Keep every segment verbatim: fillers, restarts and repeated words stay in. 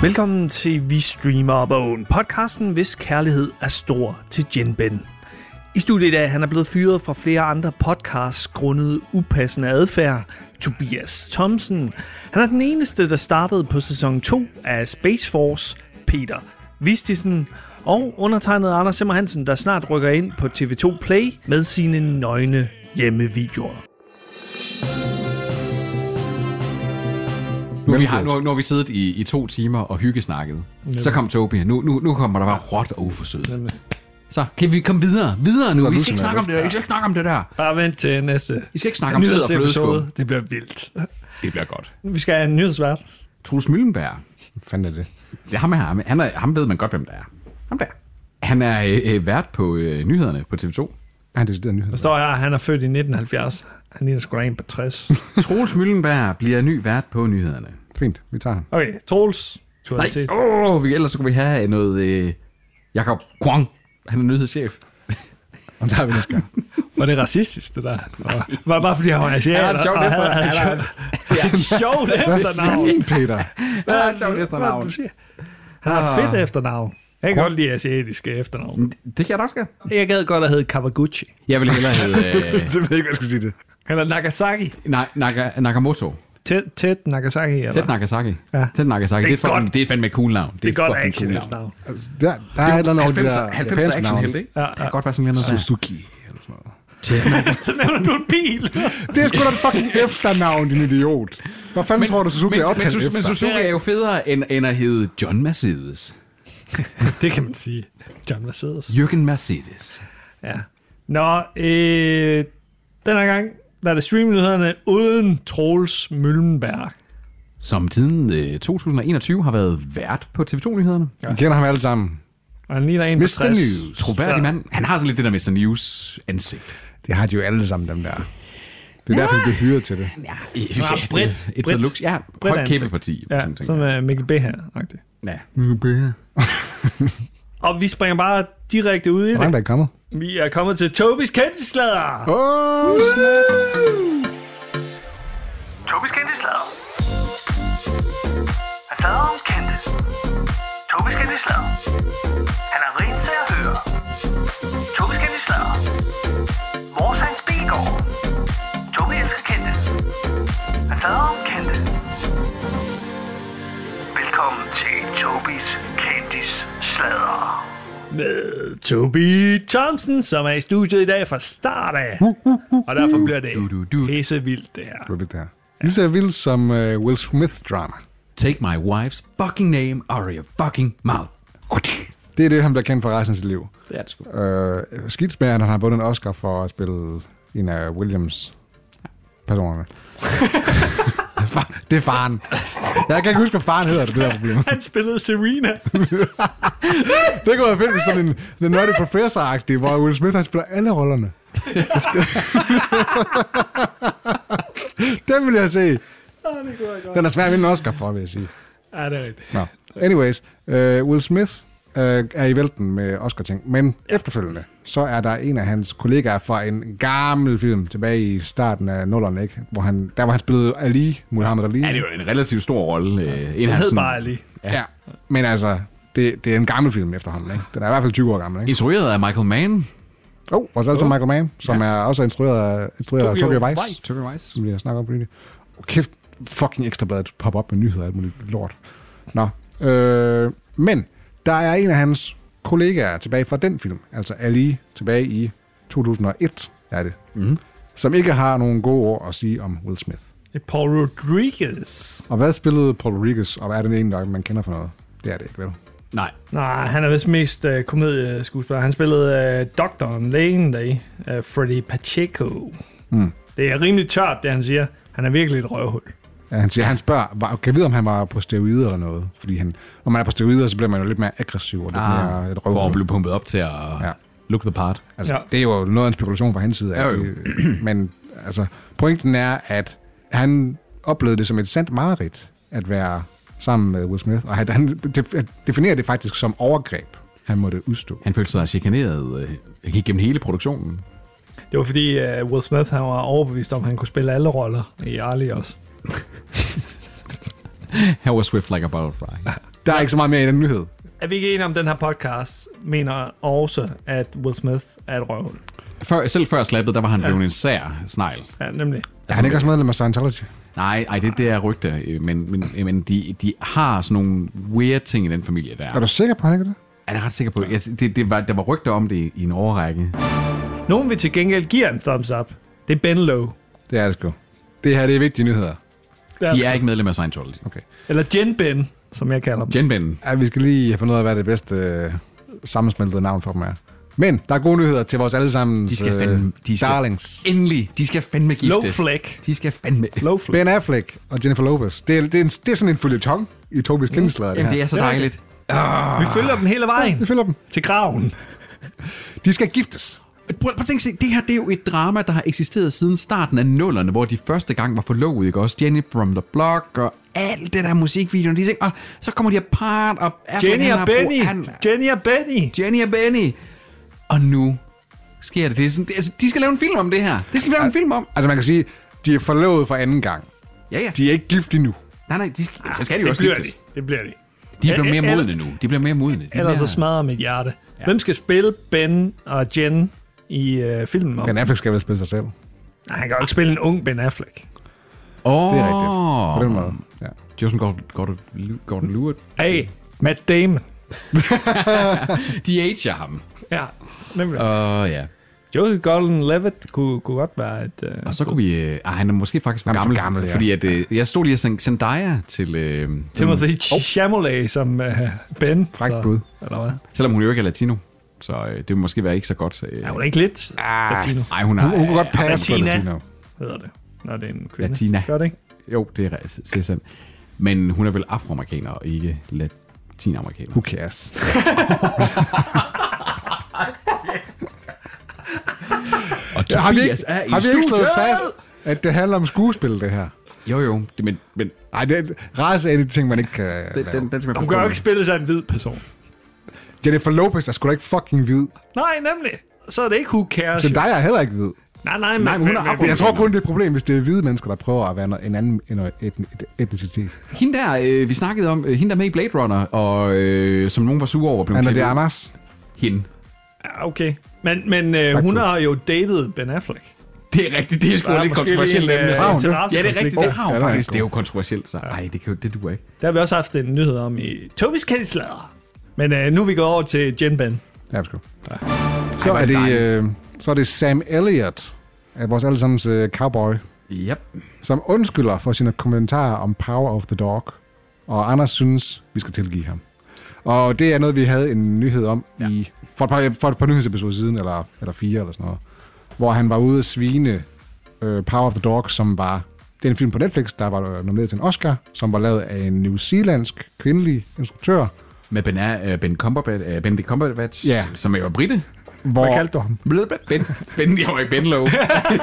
Velkommen til Vi Streamer Bogen, podcasten, hvis kærlighed er stor til Jin Ben. I studiet i dag, han er blevet fyret fra flere andre podcasts grundet upassende adfærd. Tobias Thomsen. Han er den eneste, der startede på sæson to af Space Force. Peter Vistisen. Og undertegnet Anders Simmer Hansen, der snart rykker ind på T V to Play med sine nøgne hjemmevideoer. Nu har vi, har, nu, nu har vi siddet i, i to timer og hyggesnakket. Nemlig. Så kom Tobi. Nu, nu, nu kommer der bare råt og uforsøget. Så kan vi komme videre. Videre nu. Vi skal ikke snakke om det der. Vi skal ikke snakke om det der. Bare vent til næste. Vi skal ikke snakke om sæd og flødeskum. Det bliver vildt. Det bliver godt. Vi skal have en nyhedsvært. Troels Møllenberg. Hvad fanden er det? Det er ham her. Han er, ham ved man godt, hvem der er. Ham der. Han er øh, vært på øh, nyhederne på T V to. Ja, det er nyheder. Der står her, at han er født i nitten halvfjerds. Han ligner sgu da en på tres. Troels Møllenberg bliver ny vært på nyhederne. Fint, vi tager ham. Okay, Troels. Nej, åh, oh, ellers så kunne vi have noget øh, Jakob Kwang. Han er nyhedschef. Og der har vi næste gang. Var det racistisk, det der? Var det bare fordi, han var asiater? Han har et sjovt efternavn. Et sjovt efternavn. Peter. Han har et sjovt efternavn. Han har et fedt efternavn. Jeg kan godt lide asiatiske efternavn. Det kan jeg da også gøre. Jeg gad godt at hedde Kawaguchi. Jeg vil hellere hedde... Øh... det ved jeg ikke, hvad jeg skal sige til. Eller Nagasaki. Nej, Naga, Nakamoto. Tæt, tæt Nagasaki, eller? Tæt Nagasaki. Ja. Tæt Nagasaki. Det er, det er, det er fandme et cool navn. Det er, det er godt action cool navn. Altså, der, der er et eller andet over de der halvfemser actionhelte, ikke? Ja, ja. Det kan godt være sådan noget. Suzuki eller sådan noget. Så nævner du en bil. Det er sgu da et fucking efternavn, din idiot. Hvad fanden men, tror du, Suzuki er opkaldt efter? Men Suzuki er jo federe end, end at hedde John Mercedes. Det kan man sige. John Mercedes. Jürgen Mercedes. Ja. Nå, øh, den her gang, der er det streamnyhederne uden Troels Møllenberg. Som tiden øh, to tusind og enogtyve har været vært på T V to-nyhederne. Ja. Vi kender ham alle sammen. Og han ligner en på tres. News. Troværdig mand. Han har sådan lidt det der mister News-ansigt. Det har de jo alle sammen, dem der. Det er ja. derfor, de bliver hyret til det. Ja, ja, ja bredt. Et så lux. Ja, højt kabelparti. Ja, som er Mikkel Beha. Ja, Mikkel Beha. Og vi springer bare direkte ud i det. Hvor er kommet? Vi er kommet til Tobis kendtisladder. Åh, oh, Tobis kendtisladder. Han slader om kendte. Tobis kendtisladder. Han er rent til at høre. Tobis kendtisladder. Vores hans bilgård. Tobi elsker kendte. Han slader om kendte. Velkommen til Tobis kendtisladder. Med Tobi Thomsen, som er i studiet i dag fra start af. Og derfor bliver det pisse vildt, det her. Det er det her. Lige så vildt som uh, Will Smith-drama. Take my wife's fucking name out of your fucking mouth. Det er det, han bliver kendt for resten af sit liv. Det er det sgu. Øh, skidt med, at han har vundet en Oscar for at spille en af Williams personerne. Det er faren. Jeg kan ikke huske, hvad faren hedder, det, det der problem. Han spillede Serena. Det kunne være fedt, sådan en The Nutty Professor-agtig, hvor Will Smith, han spiller alle rollerne. Den vil jeg se. Den er svær at vinde en Oscar for, vil jeg sige. Ja, det er rigtigt. Nå. Anyways, uh, Will Smith uh, er i vælten med Oscar-ting, men efterfølgende, så er der en af hans kollegaer fra en gammel film tilbage i starten af nullerne, ikke? Hvor han, der hvor han spillede Ali, Muhammad Ali. Ja, det er jo en relativt stor rolle. Ja. En hed bare Ali. Ja. ja, men altså, det, det er en gammel film efterhånden, ikke? Den er i hvert fald tyve år gammel, ikke? Instrueret af Michael Mann. Åh, oh, også altså oh. Michael Mann, som ja. er også instrueret af, instrueret af Tokyo Vice. Vice. Tokyo Vice. Som vi snakker om for nylig. Kæft, fucking Ekstrabladet popper op med nyheder og alt muligt lort. Nå, øh, men der er en af hans kollegaer tilbage fra den film, altså Ali, tilbage i to tusind og et, er det, mm. som ikke har nogen gode ord at sige om Will Smith. Det er Paul Rodriguez. Og hvad spillede Paul Rodriguez, og hvad er det egentlig, der man kender for noget? Det er det ikke, vel? Nej. Nej, han er vist mest uh, komedieskuespiller. Han spillede uh, doktoren, lægen der i, uh, Freddy Pacheco. Mm. Det er rimelig tørt, det han siger. Han er virkelig et røvhul. Ja, han siger, han spørger, kan jeg vide, om han var på steroider eller noget? Fordi han, når man er på steroider, så bliver man jo lidt mere aggressiv og lidt ah, mere et røvhul. For at blive pumpet op til at ja. look the part. Altså, ja. Det er jo noget af en spekulation fra hans side. At det, men altså, pointen er, at han oplevede det som et sandt mareridt at være sammen med Will Smith, og han definerer det faktisk som overgreb, han måtte udstå. Han følte sig chikaneret øh, gennem hele produktionen. Det var fordi uh, Will Smith han var overbevist om, at han kunne spille alle roller i Ali også. Han var swift like a butterfly. Der er ikke så meget mere i den nyhed. Er vi ikke enige om, den her podcast mener også, at Will Smith er et røvhul? Før, selv før slappet, der var han blevet ja. en sær snegl. Ja, nemlig. Er han ikke også medlem af Scientology? Nej, ej, det, det er rygter, men, men, men de, de har sådan nogle weird ting i den familie der. Er du sikker på, at han ikke er det? Er jeg ret sikker på. Ja, det, det var, der var rygter om det i en overrække. Nogen vil til gengæld give en thumbs up. Det er Ben Lowe. Det er det sgu. Det her, det er vigtige nyheder. De er ikke medlem af Scientology. Okay. Eller Jen Ben, som jeg kalder dem. Jen Ben. Ja, vi skal lige have fundet ud af, hvad det bedste øh, sammensmeltede navn for dem er. Men der er gode nyheder til vores allesammens de skal fandme, de skal darlings. Endelig, de skal fandme giftes. Low Fleck. De skal fandme... Low Fleck. Ben Affleck og Jennifer Lopez. Det er, det er, en, det er sådan en føljetong i Tobis mm. kendelslæder. Jamen, det er så dejligt. Oh. Vi følger dem hele vejen. Ja, vi følger dem. Til graven. De skal giftes. Prøv, prøv at tænke sig, det her det er jo et drama, der har eksisteret siden starten af nullerne, hvor de første gang var forlovet, ikke også? Jenny from the Block og alt det der musikvideoer, de ting, og så kommer de apart, og Jenny og Benny, han, Jenny og Benny, Jenny og Benny, og nu sker det. Det er sådan, det, altså, de skal lave en film om det her. Det skal vi lave en film om. Altså man kan sige, de er forlovet for anden gang. Ja, ja. De er ikke gift endnu. Nej, nej, de skal, ah, så skal de jo det også bliver giftes. De. Det bliver de. De bliver mere modne nu. De bliver mere modne. Ellers så smadrer mit hjerte. Ja. Hvem skal spille Ben og Jen i øh, filmen? Ben Affleck skal vel spille sig selv. Nej, han kan jo ikke spille en ung Ben Affleck. Åh. Det er rigtigt. På den måde, ja. Joseph Gordon-Levitt. Hey, Matt Damon. De ager ham. Ja, nemlig. Åh, uh, ja. Joseph Gordon-Levitt kunne, kunne godt være et... Uh, og så kunne vi... Øh, han er måske faktisk for han er gammel, for gammel ja. fordi at, øh, jeg stod lige og sang Zendaya til... Øh, Timothy oh. Chalamet som uh, Ben. Frækt bud. Eller hvad? Selvom hun jo ikke er latino, så øh, det vil måske være ikke så godt. Øh. Er hun ikke lidt ah, latino? Nej, hun er... Hun, hun kunne godt passe Latina, for latino. hedder det, når det er en kvinde. Latina. Gør det ikke? Jo, det er, det er sandt. Men hun er vel afroamerikaner og ikke latinamerikaner. Who cares? Og ja, har vi ikke, er i har vi ikke slået fast, at det handler om skuespil, det her? Jo, jo. Det, men, men, Ej, det er, race er de ting, man ikke kan det, lave. Den, den, den hun kan jo ikke spille sig en hvid person. Jennifer Lopez er sgu da ikke fucking hvid. Nej, nemlig. Så er det ikke who cares. Så dig er heller ikke hvid. Nej, nej, men, nej, men hun er men, men jeg tror kun, det er et problem, hvis det er hvide mennesker, der prøver at være en anden etnicitet. Hende der, øh, vi snakkede om, hende der med i Blade Runner, og øh, som nogen var sure over. Anna de Armas. Hende. Ja, okay. Men, men øh, hun har jo datet Ben Affleck. Det er rigtigt, det er sgu lidt kontroversielt. En, emne. uh, ja, det er rigtigt, det har hun ja, faktisk. Det er jo kontroversielt, så ej, det, kan, det duer ikke. Der har vi også haft en nyhed om i Tobis Kendelslæder. Men øh, nu er vi gået over til Jen Ben. Ja, sgu. Ja. Så, er det, øh, så er det Sam Elliott, vores allesammens øh, cowboy, yep. som undskylder for sine kommentarer om Power of the Dog. Og Anders synes, vi skal tilgive ham. Og det er noget, vi havde en nyhed om ja. i for et par, for et par nyhedsepisoder siden, eller, eller fire eller sådan noget, hvor han var ude at svine øh, Power of the Dog, som var... Det er en film på Netflix, der var nomineret til en Oscar, som var lavet af en newzealandsk kvindelig instruktør. Med Ben, uh, Ben Cumberbatch, uh, Benedict Cumberbatch, ja. som er jo brite. Hvor... Hvad kaldte du ham? Ben, ben, jeg var ikke Ben Lowe.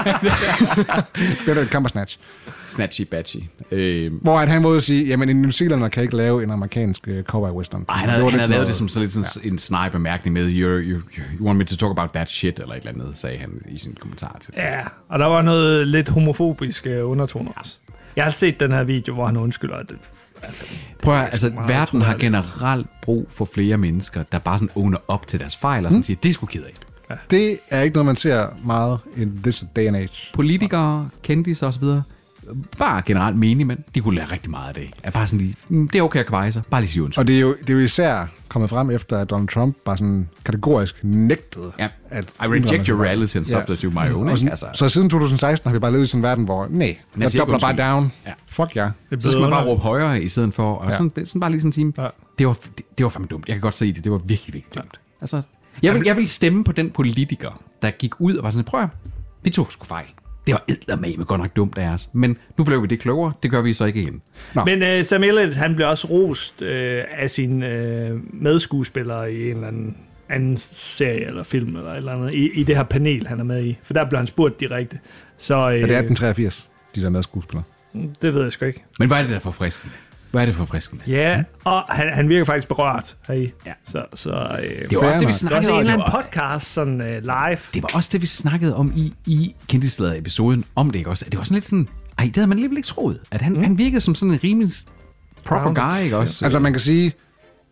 Benedict Cumberbatch. Snatchy Batchy. Øh, Hvor at han måtte sige, jamen en New Zealander kan ikke lave en amerikansk uh, cowboy western. Ej, han havde, han havde lavet det som så lidt sådan ja. en snige bemærkning med, you, you, you want me to talk about that shit, eller et eller andet, sagde han i sin kommentar til det. Ja, og der var noget lidt homofobisk undertoner også. Jeg har set den her video, hvor han undskylder, at det, altså, Prøv at, altså, verden har generelt brug for flere mennesker, der bare sådan owner op til deres fejl, og sådan mm. siger, det er sgu ked af. Ja. Det er ikke noget, man ser meget in this day and age. Politikere, kendis og så videre, bare generelt menige mænd, de kunne lære rigtig meget af det. Er bare sådan lige, det er okay at kveje sig, bare lige sige undskyld. Og det er, jo, det er jo især kommet frem efter, at Donald Trump bare sådan kategorisk nægtede. Ja. At I reject your reality and substitute ja. my own. Sådan, altså. Så siden to tusind seksten har vi bare levet i sådan en verden, hvor nej, jeg dobler bare down. Ja. Fuck ja. Så skal man bare råbe højere i stedet for, og ja. sådan, sådan bare lige sådan en time. Ja. Det, var, det, det var fandme dumt. Jeg kan godt se det. Det var virkelig, virkelig dumt. Ja. Altså, jeg vil, jeg vil stemme på den politiker, der gik ud og var sådan, prøv at, vi tog sgu fejl. Det var eddermame godt nok dumt af os. Men nu blev vi det klogere. Det gør vi så ikke igen. Nå. Men uh, Sam Elliott, han blev også rost uh, af sine uh, medskuespillere i en eller anden, anden serie eller film eller et eller andet, i, i det her panel, han er med i. For der blev han spurgt direkte. Så, uh, er det atten treogfirs, de der medskuespillere? Det ved jeg sgu ikke. Men hvad er det der for friskende? Hvad er det for friskende? Ja, mm. og han, han virker faktisk berørt heri. Ja. Så, så, øh, det var også det, vi snakkede om. Det var en eller anden podcast, sådan uh, live. Det var også det, vi snakkede om i, i Kendtislader-episoden om det, ikke også? Det var sådan lidt sådan, ej, det havde man alligevel ikke troet. At han, mm. han virkede som sådan en rimelig proper guy, ikke også? Altså man kan sige,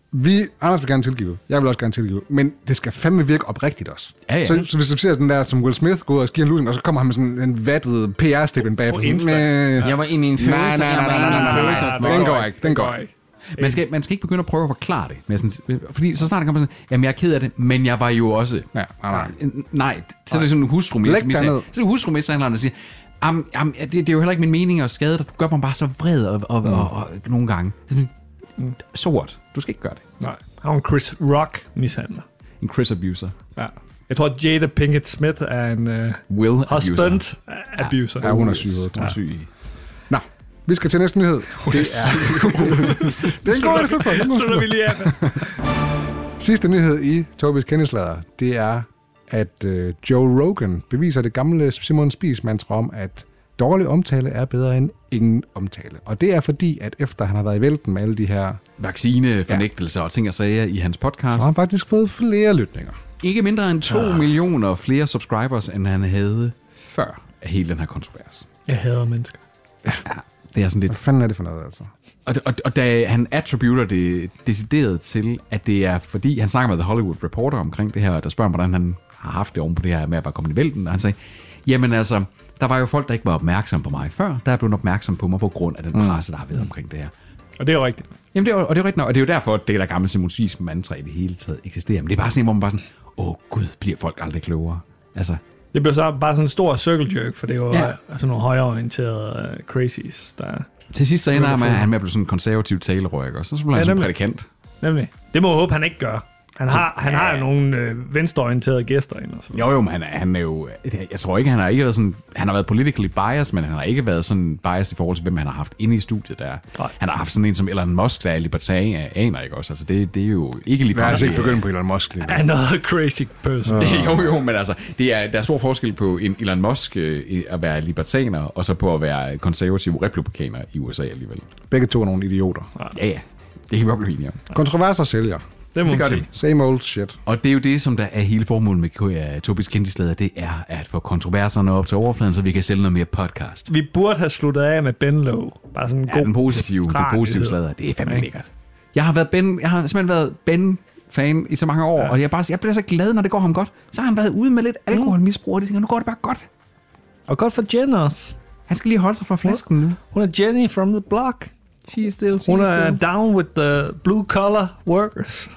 vi, Anders vil gerne tilgive, jeg vil også gerne tilgive, men det skal fandme virke oprigtigt også. Ja, ja. Så, så hvis du ser den der, som Will Smith går ud og skiver en lusing, og så kommer han med sådan en vattet P R-stippen bagefter. Jeg var inde i en følelse. Nej, nej, nej, nej, nej, nej, nej, den går ikke, den går ikke. Man skal, man skal ikke begynde at prøve at forklare det. Med sådan, fordi så snart kommer sådan, jamen jeg er ked af det, men jeg var jo også... Ja, nej, nej. Nej, så er det sådan en hustrumisse. Så er det en hustrumisse, der siger, jamen, jamen, det, det er jo heller ikke min mening at skade dig. Du gør mig bare så vred og, og, mm. og, og, og nogle gange. Mm. Sort. Du skal ikke gøre det. Nej. Han er en Chris Rock mishandler. En Chris abuser. Ja. Jeg tror, at Jada Pinkett Smith er en uh, Will husband abuser. abuser. Ja, hun er syg. Hun er syg. Nå, vi skal til næste nyhed. Det er, det er en god efterpå. Så vi lige af. Sidste nyhed i Tobis kendeslader, det er, at uh, Joe Rogan beviser det gamle Simon Spies mantra om, at dårlig omtale er bedre end ingen omtale. Og det er fordi, at efter han har været i vælten med alle de her... vaccinefornægtelser ja. og ting og sager i hans podcast... Så har han faktisk fået flere lytninger. Ikke mindre end to ja. millioner flere subscribers, end han havde før af hele den her kontrovers. Jeg hader mennesker. Ja, det er sådan lidt... Hvad fanden er det for noget, altså? Og, og, og da han attributer det decideret til, at det er fordi... Han snakker med The Hollywood Reporter omkring det her, og der spørger, hvordan han har haft det oven på det her med at bare komme i vælten. Og han sagde, jamen altså... Der var jo folk, der ikke var opmærksomme på mig før. Der er blevet opmærksom på mig på grund af den presse, der har været omkring det her. Og det er jo rigtigt. Jamen, det er, og det er rigtigt nok. Og det er jo derfor, at det der gamle Simon Spies mantra i det hele taget eksisterer. Men det er bare sådan, hvor man bare sådan, åh gud, bliver folk aldrig klogere. Altså, det bliver så bare sådan en stor circle jerk, for det er jo ja. sådan nogle højreorienterede uh, crazies, der... Til sidst så ender han med, at han med at blive sådan en konservativ talerøg, og så bliver han ja, sådan en prædikant. Nemlig. Det må jeg håbe, han ikke gør. Han har, han har jo nogle øh, venstreorienterede gæster ind og sådan. Jo, jo, men han er, han er jo... Jeg tror ikke, han har ikke været sådan... Han har været politically biased, men han har ikke været sådan biased i forhold til, hvem han har haft inde i studiet der. Nej. Han har haft sådan en som Elon Musk, der er libertarianer, ikke også? Altså, det, det er jo ikke lige... Jeg har altså ikke begyndt på Elon Musk lige nu. Another crazy person. Ja. jo, jo, men altså, det er, der er stor forskel på en Elon Musk øh, at være libertarianer, og så på at være konservativ republikaner i U S A alligevel. Begge to er nogle idioter. Ja, ja. Det kan vi godt blive enige om. Kontroverser sælger. Det må det gør det. det. Same old shit. Og det er jo det, som der er hele formålet med Tobis kendislader, det er at få kontroverserne op til overfladen, så vi kan sælge noget mere podcast. Vi burde have sluttet af med Ben Lowe. Bare sådan en ja, god den positive, det positive slader, det er fandme ja. lækkert. Jeg har været Ben, jeg har simpelthen været Ben-fan i så mange år, ja. og jeg, bare, jeg bliver så glad, når det går ham godt. Så har han været ude med lidt alkoholmisbrug, og de tænker, nu går det bare godt. Og godt for Jen også. Han skal lige holde sig fra flasken nu. Hun er Jenny from the block. She is still, she Hun er still. Down with the blue collar workers.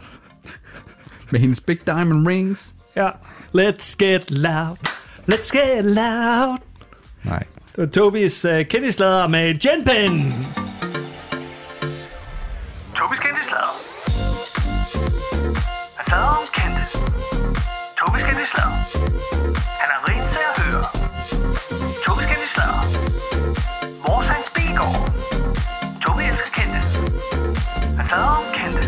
Med hendes big diamond rings. Ja. Let's get loud. Let's get loud. Nej. Det var Tobis uh, kendislader med Genpen. Tobis kendislader. Han slader om kendte. Tobis kendislader. Han er rent til at høre. Tobis kendislader. Vores Hans Bilgaard. Tobi elsker kendte. Han slader om kendte.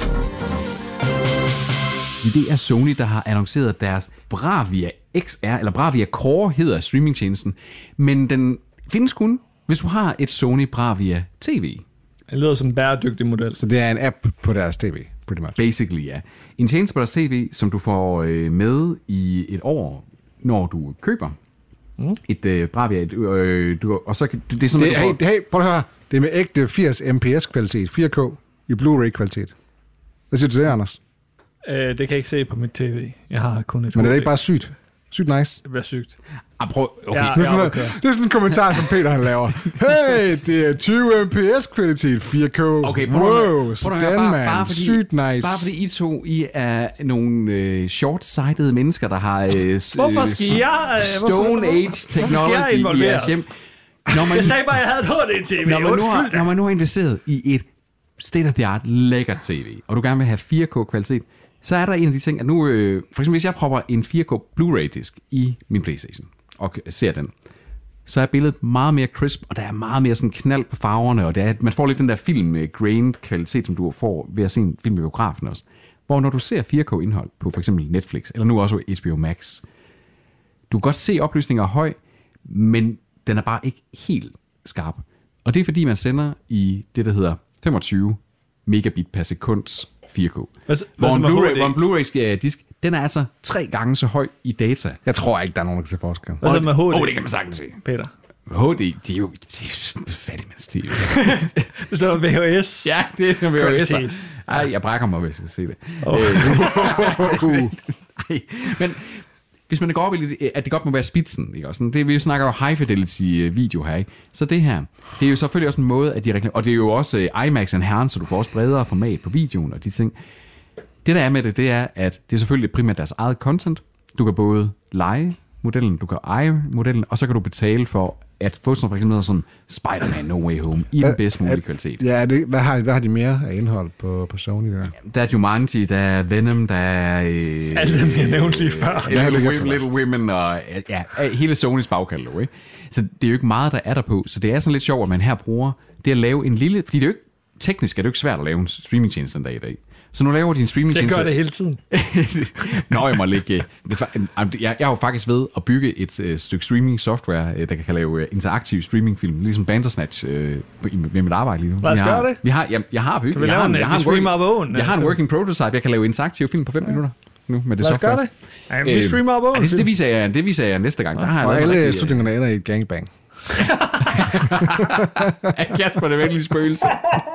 Det er Sony, der har annonceret deres Bravia X R, eller Bravia Core hedder streamingtjenesten, men den findes kun, hvis du har et Sony Bravia T V. Det lyder som en bæredygtig model. Så det er en app på deres T V, pretty much. Basically, ja. En tjeneste på deres T V, som du får med i et år, når du køber mm. et uh, Bravia. Øh, du, og så det er sådan, det, hey, hey, prøv at høre. Det er med ægte firs M P S kvalitet, fire K i Blu-ray kvalitet. Hvad siger du til det, Anders? Øh, det kan jeg ikke se på mit tv. Jeg har kun et Men er det ikke bare sygt? Sygt nice. Det bliver sygt. Ah, prøv, okay. Ja, det, er sådan, ja, okay. det er sådan en kommentar, som Peter han laver. Hey, det er tyve M P S kvalitet, fire K. Okay, wow, sådan man. Sygt nice. Bare fordi I to I er nogle øh, short-sighted mennesker, der har øh, hvorfor skal jeg, øh, Stone Age technology i jeres hjem. Når man, jeg sagde bare, at jeg havde et H D T V. Når man, nu har, når man nu har investeret i et state-of-the-art lækker T V, og du gerne vil have fire K kvalitet, så er der en af de ting, at nu, øh, for eksempel hvis jeg propper en fire K Blu-ray-disk i min PlayStation, og ser den, så er billedet meget mere crisp, og der er meget mere sådan knald på farverne, og det er, man får lidt den der film-grained kvalitet, som du får ved at se en film i biografen også. Hvor når du ser fire K indhold på for eksempel Netflix, eller nu også H B O Max, du kan godt se opløsninger høj, men den er bare ikke helt skarp. Og det er fordi, man sender i det, der hedder femogtyve megabit per sekunds fire K. Altså, hvor, en Blu-ray, hvor en Blu-ray disk, den er altså tre gange så høj i data. Jeg tror ikke, der er nogen, der kan se forskel. Hvad så med H D? Åh, oh, det kan man sagtens se. Peter. H D, de er jo fattigmands-T V. Det står V H S. Ja, det er V H S. Ej, jeg brækker mig, hvis jeg skal se det. Oh. Øh, Ej, men hvis man går op i lidt, at det godt må være spidsen, ikke også? Det, vi snakker jo high fidelity video her, ikke? Så det her, det er jo selvfølgelig også en måde, at de reklamerer, og det er jo også IMAX enhanced, så du får også bredere format på videoen og de ting. Det der er med det, det er, at det er selvfølgelig primært deres eget content. Du kan både lege modellen, du kan eje modellen, og så kan du betale for at få sådan for eksempel sådan Spider-Man No Way Home i den bedst mulige kvalitet. Ja, det, hvad, har, hvad har de mere af indhold på, på Sony der? Der er Jumanji, der er Venom, der er... Øh, Alle dem, jeg nævnte lige før. Little, Little, Women, Little Women og ja, hele Sonys bagkatalog, ikke? Så det er jo ikke meget, der er der på. Så det er sådan lidt sjovt, at man her bruger det at lave en lille... Fordi det er jo ikke, teknisk er det jo ikke svært at lave en streamingtjeneste den dag i dag. Så nu laver de en streamingtjeneste. Jeg gør det hele tiden. Nå, jeg må lægge... Jeg, jeg er jo faktisk ved at bygge et uh, stykke streaming software, uh, der kan lave uh, interaktiv streamingfilm, ligesom Bandersnatch uh, med mit arbejde lige nu. Lad os gøre det. Vi har, jeg, jeg har bygget... Kan vi lave en, jeg har en, working, working, jeg har en working prototype, jeg kan lave interaktiv film på fem ja. minutter nu med det Lad os software. gøre det. Ja, vi streamer op det, det, viser jeg, det viser jeg næste gang. Ja. Der har og jeg alle rigtig, slutningerne ender i et gangbang. Kasper, det er virkelig spøgelse.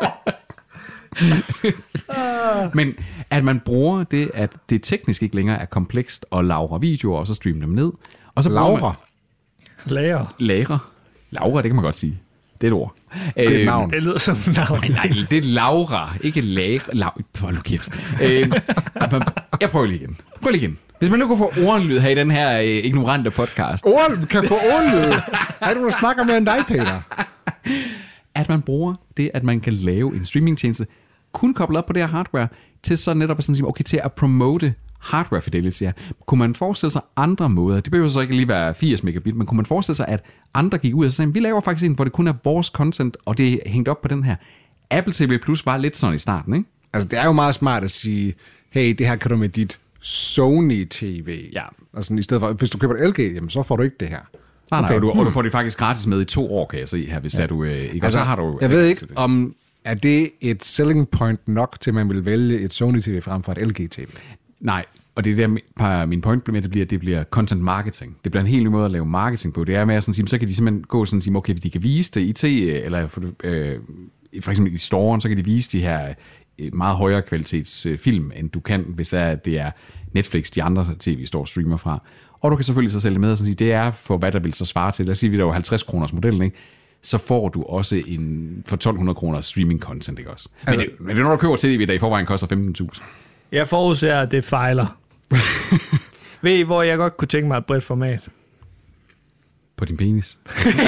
Men at man bruger det, at det teknisk ikke længere er komplekst at lagre videoer, og så streame dem ned. Og så Laura? Lager. Lagre. Laura, det kan man godt sige. Det er et ord. Det er et navn. Det lyder som et navn. Nej, nej, det er Laura, ikke Lagre. Laura, hold nu kæft. Øh, jeg prøver lige igen. Prøv lige igen. Hvis man nu kunne få ordlyd her i den her øh, ignorante podcast. Ord, kan få ordlyd? Er du, der snakker mere end dig, Peter? At man bruger det, at man kan lave en streamingtjeneste, kun koblet op på det her hardware, til så netop at sådan sige, okay, til at promote hardware fidelity. Kunne man forestille sig andre måder? Det behøver så ikke lige være firs megabit, men kunne man forestille sig, at andre gik ud og sagde, vi laver faktisk en, hvor det kun er vores content, og det er hængt op på den her. Apple T V Plus var lidt sådan i starten, ikke? Altså, det er jo meget smart at sige, hey, det her kan du med dit Sony T V. Ja. Altså, i stedet for, hvis du køber et L G, jamen, så får du ikke det her. Nej, nej, okay. og, du, og du får det faktisk gratis med i to år, kan jeg se her, hvis ja. der du øh, ikke altså, så har du. Jeg ved ikke, om er det et selling point nok, til man vil vælge et Sony T V frem for et L G T V? Nej, og det er der, min point med, det bliver, det bliver content marketing. Det bliver en helt ny måde at lave marketing på. Det er med at sådan sige, så kan de simpelthen gå sådan og sige, okay, de kan vise det i T, eller for, øh, for eksempel i storen, så kan de vise de her meget højere kvalitets film, end du kan, hvis det er, det er Netflix, de andre tv-store streamer fra. Og du kan selvfølgelig så sælge med og sige, det er for hvad der vil så svare til. Lad os sige, vi der var halvtreds kroners modellen, ikke? Så får du også en for tolv hundrede kroner streaming content, ikke også? Men, altså, det, men det er når du køber tv, der i forvejen koster femten tusind. Jeg forudser, at det fejler. Ved I, hvor jeg godt kunne tænke mig et bredt format? På din penis.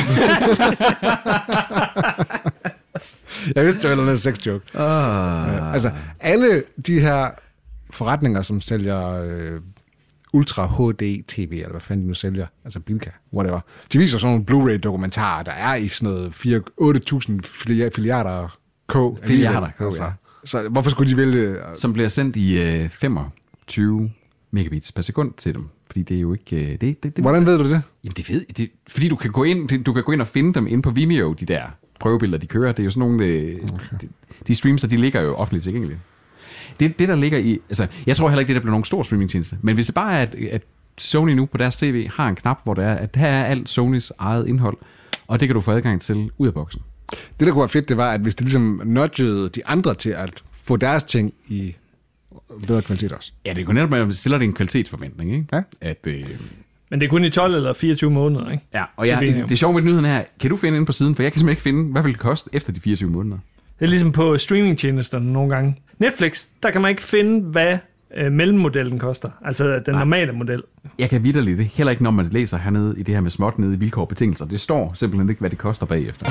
Jeg vidste, det var en sex joke. Ah. Uh, altså, alle de her forretninger, som sælger øh, Ultra H D T V, eller hvad fanden de nu sælger, altså Bilka, whatever, de viser sådan nogle Blu-ray-dokumentarer, der er i sådan noget otte tusind filiarder K. Filiarder K, altså. ja. Så hvorfor skulle de vælge? Som bliver sendt i øh, femogtyve megabits per sekund til dem. Fordi det er jo ikke... Øh, det, det, det, Hvordan ved du det? Jamen det ved det, fordi du kan, gå ind, det, du kan gå ind og finde dem inde på Vimeo, de der prøvebilleder, de kører. Det er jo sådan nogle... Øh, okay. de, de streams, de ligger jo offentligt tilgængeligt. Det, det der ligger i... Altså, jeg tror heller ikke, det der bliver nogen stor streamingtjeneste. Men hvis det bare er, at, at Sony nu på deres tv har en knap, hvor der er, at her er alt Sonys eget indhold, og det kan du få adgang til ud af boksen. Det, der kunne være fedt, det var, at hvis det ligesom nudgede de andre til at få deres ting i bedre kvalitet også. Ja, det kunne netop være, at stiller det en kvalitetsforventning, ikke? Ja. At, øh, Men det er kun i tolv eller fireogtyve måneder, ikke? Ja, og jeg, det, det er sjovt med nyheden her. Kan du finde inde på siden? For jeg kan simpelthen ikke finde, hvad vil det koste efter de fireogtyve måneder? Det er ligesom på streamingtjenesterne nogle gange. Netflix, der kan man ikke finde, hvad øh, mellemmodellen koster. Altså den Nej. normale model. Jeg kan vitterligt det. Heller ikke, når man læser hernede i det her med småt nede i vilkår og betingelser. Det står simpelthen ikke, hvad det koster bagefter.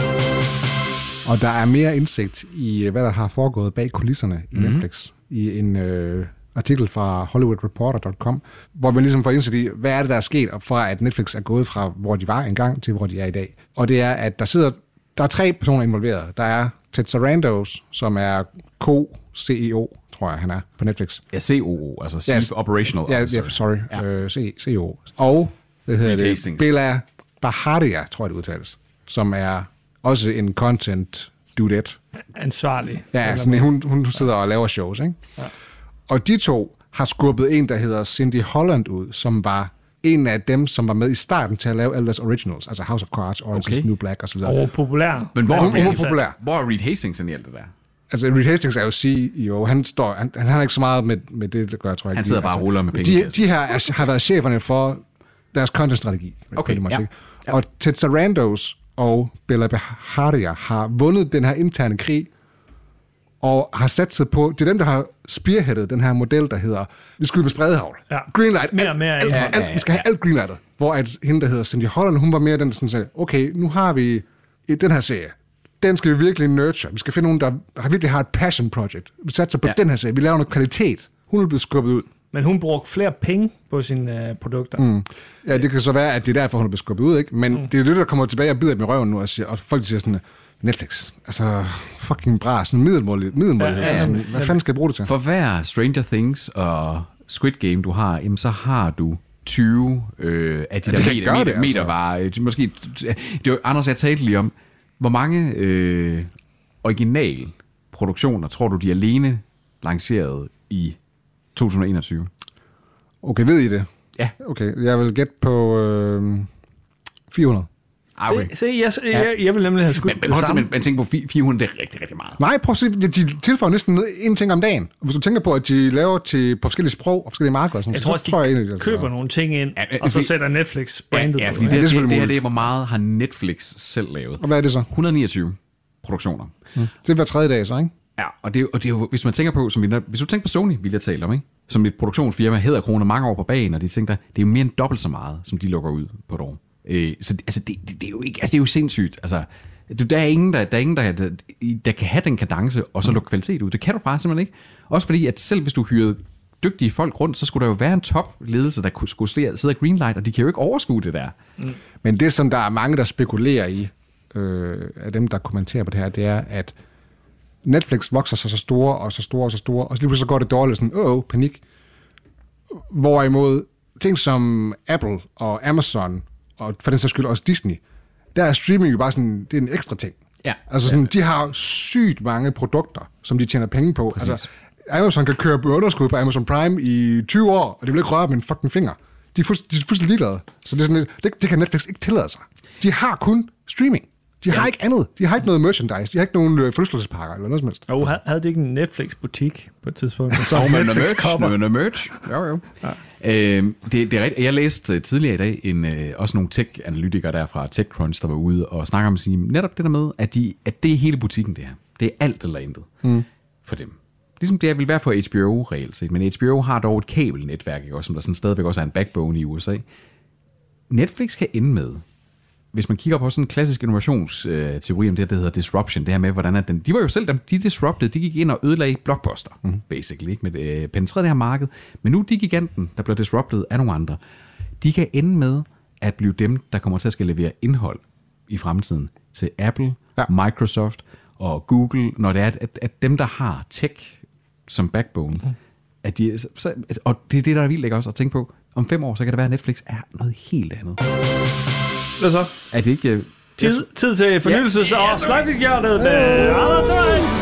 Og der er mere indsigt i, hvad der har foregået bag kulisserne i mm-hmm. Netflix. I en øh, artikel fra Hollywood Reporter punktum com, hvor man ligesom får indsigt i, hvad er det, der er sket, fra at Netflix er gået fra, hvor de var engang, til hvor de er i dag. Og det er, at der sidder, der er tre personer involveret. Der er Ted Sarandos, som er co-C E O, tror jeg, han er på Netflix. Ja, C O O, altså Chief yes. Operational ja, Officer. Ja, sorry, ja. Uh, C E O. Og, hvad hedder det, Hastings. Bella Baharia, tror jeg, det udtales, som er også en content dudette. Ansvarlig. Ja, sådan, hun, hun sidder og laver shows, ikke? Ja. Og de to har skubbet en, der hedder Cindy Holland ud, som var en af dem, som var med i starten til at lave alle deres originals, altså House of Cards, Orange okay. is New Black og så videre. Og populær. Men hvor, ja, hun, hun var populær. Hvor er Reed Hastings i alt det der? Altså, Reed Hastings er jo C E O. Han, står, han, han har ikke så meget med, med det, der gør, tror jeg. Han sidder bare altså, og ruller med penge. De, de her er, har været cheferne for deres content-strategi. Okay, ja. Ja. Og Ted Sarandos og Bella Baharia har vundet den her interne krig, og har sat sig på, det er dem, der har spearheadet den her model, der hedder, vi skyder med spredhavl. Ja. Greenlight. Mere, alt, mere, alt, ja, alt, ja, ja, vi skal have alt greenlightet. Hvor at hende, der hedder Cindy Holland, hun var mere den, sådan sagde, okay, nu har vi i den her serie, den skal vi virkelig nurture. Vi skal finde nogen, der har virkelig har et passion project. Vi satser på ja. den her serie. Vi laver noget kvalitet. Hun er blevet skubbet ud. Men hun brugte flere penge på sine uh, produkter. Mm. Ja, det kan så være, at det er derfor, hun er blevet skubbet ud, ikke? Men mm. det er det, der kommer tilbage og bider dem i røven nu, og, siger, og folk siger sådan, Netflix, altså fucking bra, sådan middelmåligt, middelmåligt. Ja, ja, ja. Altså, hvad fanden skal jeg bruge det til? For hver Stranger Things og Squid Game, du har, jamen, så har du tyve øh, af de ja, der meter, det, meter, altså. meter var, måske, det var, Anders, jeg talte lige om, hvor mange øh, original produktioner tror du, de alene lanceret i to tusind og enogtyve? Okay, ved I det? Ja. Okay, jeg vil gætte på øh, fire hundrede. Okay. Se, se jeg, jeg, jeg vil nemlig have skudt men, men, det samme. Men, men tænk på fire hundrede, det er rigtig, rigtig meget. Nej, prøv at se, de tilføjer næsten en ting om dagen. Og hvis du tænker på, at de laver til, på forskellige sprog og forskellige markeder, sådan, jeg så tror også, de tror jeg, egentlig, køber altså. nogle ting ind, ja, men, og så fordi, sætter Netflix brandet ja, ja, på. fordi Ja, det, det, det, er det, det her, det er, hvor meget har Netflix selv lavet. Og hvad er det så? et hundrede og niogtyve produktioner. Hmm. Det er hver tredje dag, så, ikke? Ja, og det, er, og det er jo, hvis man tænker på, som vi, hvis du tænker på Sony, vil jeg tale om, ikke? Som et produktionsfirma, hedder kroner mange år på bagen, og de tænker, det er jo mere end dobbelt så meget, som de lukker ud på et år. Øh, så altså, det, det, det, er jo ikke, altså, det er jo sindssygt. Altså, der er ingen, der, der, er ingen der, der, der kan have den kadence, og så lukke kvalitet ud. Det kan du bare simpelthen ikke. Også fordi, at selv hvis du hyrede dygtige folk rundt, så skulle der jo være en topledelse, der kunne skulle sidde af Greenlight, og de kan jo ikke overskue det der. Mm. Men det, som der er mange, der spekulerer i, øh, af dem, der kommenterer på det her, det er, at Netflix vokser sig så store, og så store, og så store, og så lige pludselig så går det dårligt, sådan, åh, panik. Hvorimod ting som Apple og Amazon, og for den sags skyld også Disney, der er streaming jo bare sådan, det er en ekstra ting. Ja. Altså sådan, de har sygt mange produkter, som de tjener penge på. Præcis. Altså, Amazon kan køre på underskud på Amazon Prime i tyve år, og de vil ikke røre med en fucking finger. De er, fuldstændig, de er fuldstændig ligeglade. Så det, er sådan, det, det kan Netflix ikke tillade sig. De har kun streaming. De har ja. ikke andet. De har ikke noget merchandise. De har ikke nogen øh, forlystelsespakker eller noget som helst. Og havde de ikke en Netflix-butik på et tidspunkt? Så oh, Netflix kommer. Noget merch. Jo, jo. Ja. Øh, det, det er rigtigt. Jeg læste tidligere i dag en, øh, også nogle tech-analytikere der fra TechCrunch, der var ude og snakker om at sige, netop det der med, at, de, at det er hele butikken det her. Det er alt eller intet mm. for dem. Ligesom det vil være for H B O reelt set, men H B O har dog et kabelnetværk, ikke, også, som der sådan stadigvæk også er en backbone i U S A. Netflix kan ende med, hvis man kigger på sådan en klassisk innovationsteori om det, der hedder disruption, det her med, hvordan at den, de var jo selv dem, de disrupted, de gik ind og ødelagde Blockbuster, mm. basically, ikke? Med øh, penetrerede det her marked. Men nu de giganten, der bliver disrupted af nogle andre, de kan ende med at blive dem, der kommer til at skal levere indhold i fremtiden til Apple, ja. Microsoft og Google, når det er, at, at dem, der har tech som backbone, mm. at de, så, og det er det, der er vildt ikke også at tænke på, om fem år, så kan det være, at Netflix er noget helt andet. Hvad så? Er det ikke... Tid, tid til fornyelses- ja. og sløjtningshjørnet med Anders Sørensen.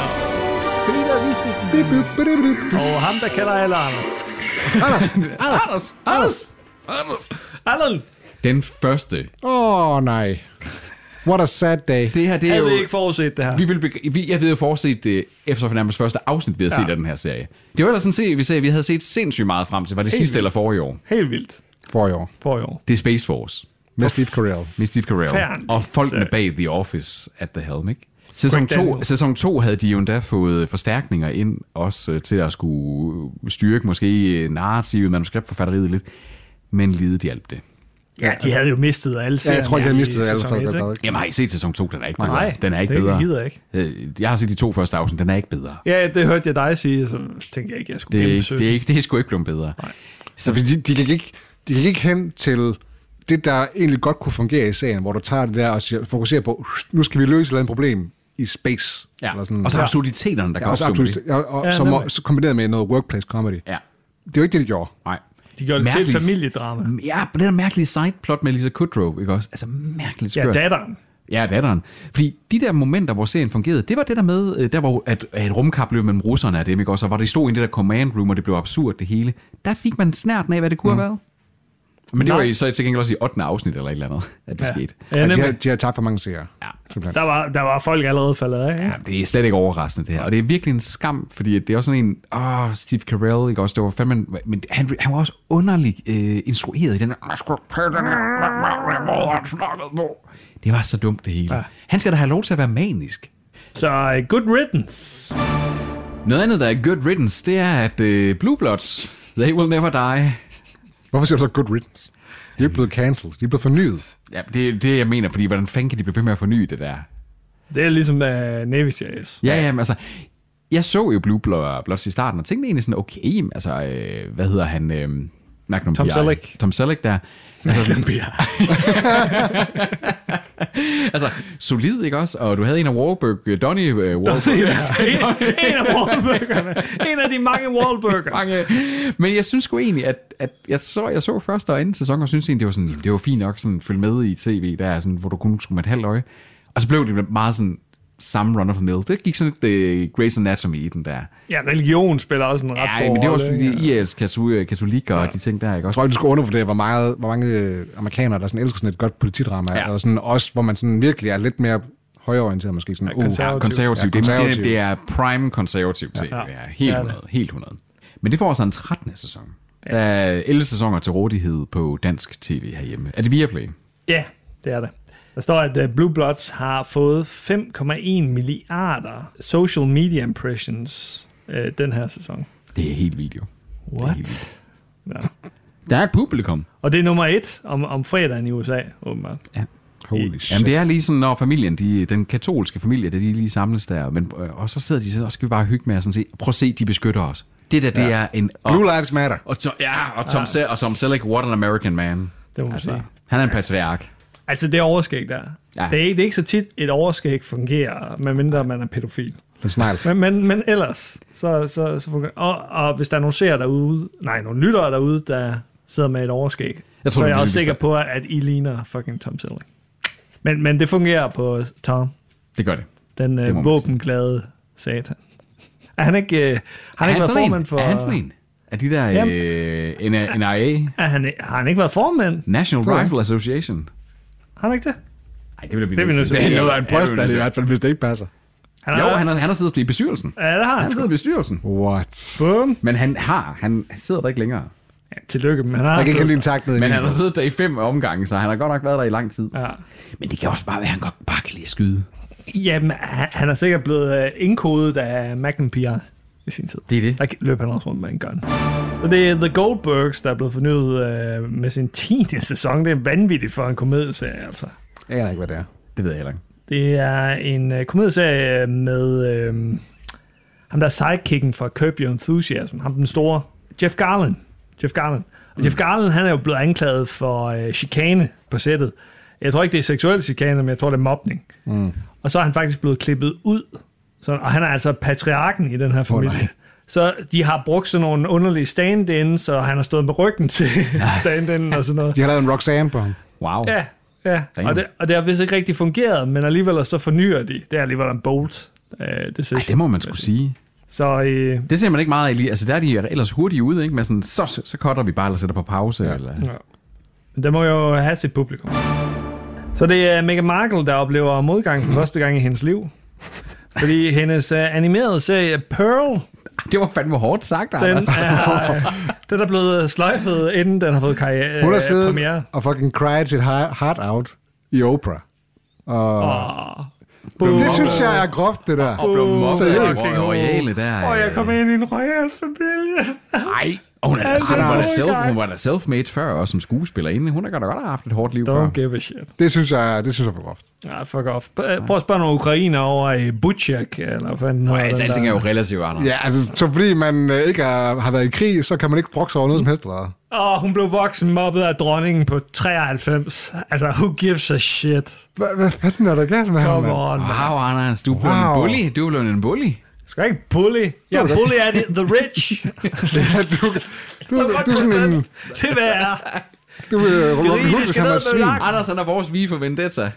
Peter Vistisen. Og ham, der kalder alle Anders. Anders! Anders! Anders! Anders! Anders! Den første. Åh, oh, nej. What a sad day. Det her, det er jeg jo... ved ikke forudset det her. Vi vil, vi, jeg ved jo forudset det efter for nærmest første afsnit, vi havde ja. set af den her serie. Det var ellers sådan set, vi sagde, vi havde set sindssygt meget frem til. Var det Helt sidste vildt. Eller forrige år? Helt vildt. Forrige år. Forrige år. Det er Space Force. Med Steve Carell. Med Steve Carell. Færdig. Og folkene bag The Office at the helm, ikke? Sæson to, sæson to havde de jo endda fået forstærkninger ind, også til at skulle styrke måske narrativet, manuskriptforfatteriet lidt, men lide de hjælp det. Ja, de havde jo mistet alle serierne. Ja, jeg tror, de havde mistet alle folk. Jamen, har I set sæson to? Den er ikke bedre. Nej, den er ikke det bedre. gider jeg ikke. Jeg har set de to første afsnit, den er ikke bedre. Ja, det hørte jeg dig sige, så tænkte jeg ikke, jeg skulle genbesøge. Det er, ikke, det er sgu ikke blevet bedre. Nej. Så de, de, gik ikke, de gik ikke hen til det, der egentlig godt kunne fungere i serien, hvor du tager det der og siger, fokuserer på, nu skal vi løse et eller andet problem i space. Ja. Eller sådan. Og så absurditeterne, der ja, kan opstå med det. Ja, og, ja, som og, så kombineret med noget workplace comedy. Ja. Det er jo ikke det, de gjorde. Nej. De gjorde det Mærkelige, til et familiedrama. Ja, det der mærkelige sideplot med Lisa Kudrow, ikke også? Altså mærkeligt skørt. Ja, datteren. Ja, datteren. Fordi de der momenter, hvor serien fungerede, det var det der med, der hvor at, at et rumkapløb mellem russerne og dem, ikke også? Og hvor de stod i det der command room, og det blev absurd det hele. Der fik man snærten af, hvad det kunne mm. have været. Men det Nej. var i, så til gengæld også i ottende afsnit eller et eller andet, at det ja. skete. Ja, de, har, de har tabt for mange serier. Ja. Der var, der var folk allerede faldet af, ikke? Ja, det er slet ikke overraskende, det her. Og det er virkelig en skam, fordi det er også sådan en... Åh, Steve Carell, ikke også? Det var fandme... Men han, han var også underligt øh, instrueret i den her... Det var så dumt, det hele. Ja. Han skal da have lov til at være manisk. Så uh, good riddance. Noget andet, der er good riddance, det er, at uh, Blue Bloods, they will never die. Hvorfor siger du så good riddance? De er blevet cancelled. De er blevet fornyet. Ja, det er det, jeg mener, fordi hvordan fanden kan de blive ved med at forny det der? Det er ligesom uh, Navy Series. Ja, ja, men altså... Jeg så jo Blue Bloods i starten, og tænkte egentlig sådan, okay, altså, øh, hvad hedder han? Øh, Magnum Tom Selleck. Tom Selleck der. Altså, altså, solid, ikke også? Og du havde en af Wahlberg, Donnie uh, Wahlberg. en, en af Wahlbergerne. En af de mange Wahlberger. mange. Men jeg synes sgu egentlig, at, at jeg, så, jeg så første og anden sæson, og synes egentlig, det var, sådan, det var fint nok sådan, at følge med i tv, der, sådan, hvor du kun skulle med et halvt øje. Og så blev det meget sådan... samme run of the mill. Det gik sådan lidt uh, Grey's Anatomy i den der. Ja, religion spiller også en ret stor rolle. Ja, men det var også fordi I L's katolikker og ja. de ting der, ikke også? Jeg tror, du skal undervurdere, hvor, meget, hvor mange amerikanere, der sådan elsker sådan et godt politidrama, ja. Og sådan også, hvor man sådan virkelig er lidt mere højreorienteret, måske sådan. Ja, konservativ. Uh, konservativ. Ja, konservativ. Det, det er prime konservativ til. Ja. Ja, helt hundrede. Helt hundrede. Men det får også en trettende sæson. Ja. Der er elleve sæsoner til rådighed på dansk tv herhjemme. Er det Viaplay? Ja, det er det. Der står, at Blue Bloods har fået fem komma en milliarder social media impressions øh, den her sæson. Det er helt vildt jo. What? Vildt. Ja. Der er et publikum. Og det er nummer et om, om fredagen i U S A, åbenbart. Ja. Holy shit. Jamen det er lige sådan, når familien, de, den katolske familie, de lige samles der, men, og så sidder de så, og skal vi bare hygge med at sådan se, prøv at se, de beskytter os. Det der, det ja. er en... Og, Blue Lives Matter. Og, og, ja, og Tom, ja. og Tom Selleck, what an American man. Det må man altså, sige. Han er en patriark. Altså det overskæg der. Ja. Det, er ikke, det er ikke så tit, et overskæg fungerer, medmindre man er pædofil. Men, men, men ellers, så, så, så fungerer og, og hvis der er nogle seere derude, nej, nogle lyttere derude, der sidder med et overskæg, jeg tror, så er jeg også sikker på, at I ligner fucking Tom Selleck. Men, men det fungerer på Tom. Det gør det. Den det øh, våbenglade satan. Er han ikke, øh, har han ikke været formand for... Er han sådan en? Er de der øh, N I A? Er han, har han ikke været formand? National Rifle Association. Har han ikke det? Nej, det vil det blive det, det er noget af en påstand i hvert fald, hvis det ikke passer. Han jo, han har, han har siddet i bestyrelsen. Ja, det har han. Han sidder i bestyrelsen. What? Boom. Men han har, han sidder der ikke længere. Ja, tillykke, men han har... Jeg kan ikke lide en takt ned i Men han har siddet der i fem omgange, så han har godt nok været der i lang tid. Ja. Men det kan også bare være, at han godt bare kan lide at skyde. Jamen, han er sikkert blevet indkodet af Magnum P I i sin tid. Det er det. Der løb han også rundt med en gun. Så det er The Goldbergs, der er blevet fornyet øh, med sin tiende sæson. Det er vanvittigt for en komedieserie, altså. Jeg aner ikke, hvad det er. Det ved jeg heller ikke. Det er en øh, komedieserie med øh, ham, der er sidekicken fra Curb Your Enthusiasm. Ham den store. Jeff Garlin. Jeff Garlin. Og Jeff Garlin, han er jo blevet anklaget for øh, chikane på sættet. Jeg tror ikke, det er seksuel chikane, men jeg tror, det er mobning. Mm. Og så er han faktisk blevet klippet ud. Så, og han er altså patriarken i den her familie. Oh, så de har brugt sådan nogle underlige stand-in, så han har stået med ryggen til stand-in og sådan noget. De har lavet en Roxanne på ham. Wow. Ja, ja. Og, det, og det har vist ikke rigtig fungeret, men alligevel så fornyer de. Det er alligevel en bolt. Øh, det, Ej, det må man skulle sige. Så, øh, det ser man ikke meget af. Altså der er de ellers hurtigt ude, ikke? Med sådan, så, så, så cutter vi bare eller sætter på pause. Ja. Eller... Ja. Men det må jo have sit publikum. Så det er Meghan Markle, der oplever modgang for første gang i hendes liv. Fordi hendes uh, animerede serie Pearl... Det var fandme hårdt sagt, den er, den er blevet sløjfet, inden den har fået karriere. Hun har siddet premiere. Og fucking cried sit heart out i Oprah. Og... Oh. Det synes jeg er groft, det der. Og blev mobbet af de royale der. Og jeg kom ind i en royal familie. Nej. Og hun, er altså, hun, var self, hun var da self-made før, også som skuespillerinde. Hun har godt have haft et hårdt liv Don't før. Don't give a shit. Det synes jeg, det synes jeg er for groft. Ja, fuck off. Prøv at spørge nogle ukrainer over i Butchak, eller hvad den hedder. Altså, alting er jo relativt, Anders. Ja, altså, så fordi man ikke har, har været i krig, så kan man ikke brokse over noget som helst, eller Åh, oh, hun blev voksen mobbet af dronningen på treoghalvfems. Altså, who gives a shit? Hvad fanden er der galt med ham, mand? Wow, Anders, du er blevet wow. en bully. Du er blevet en bully. Skal jeg ikke bully? Jeg er bully af the rich. ja, du, du, du, du er sådan en... Det er, hvad jeg er. Du er Robin Hood, hvis han var svin. Anders, han er vores V for Vendetta.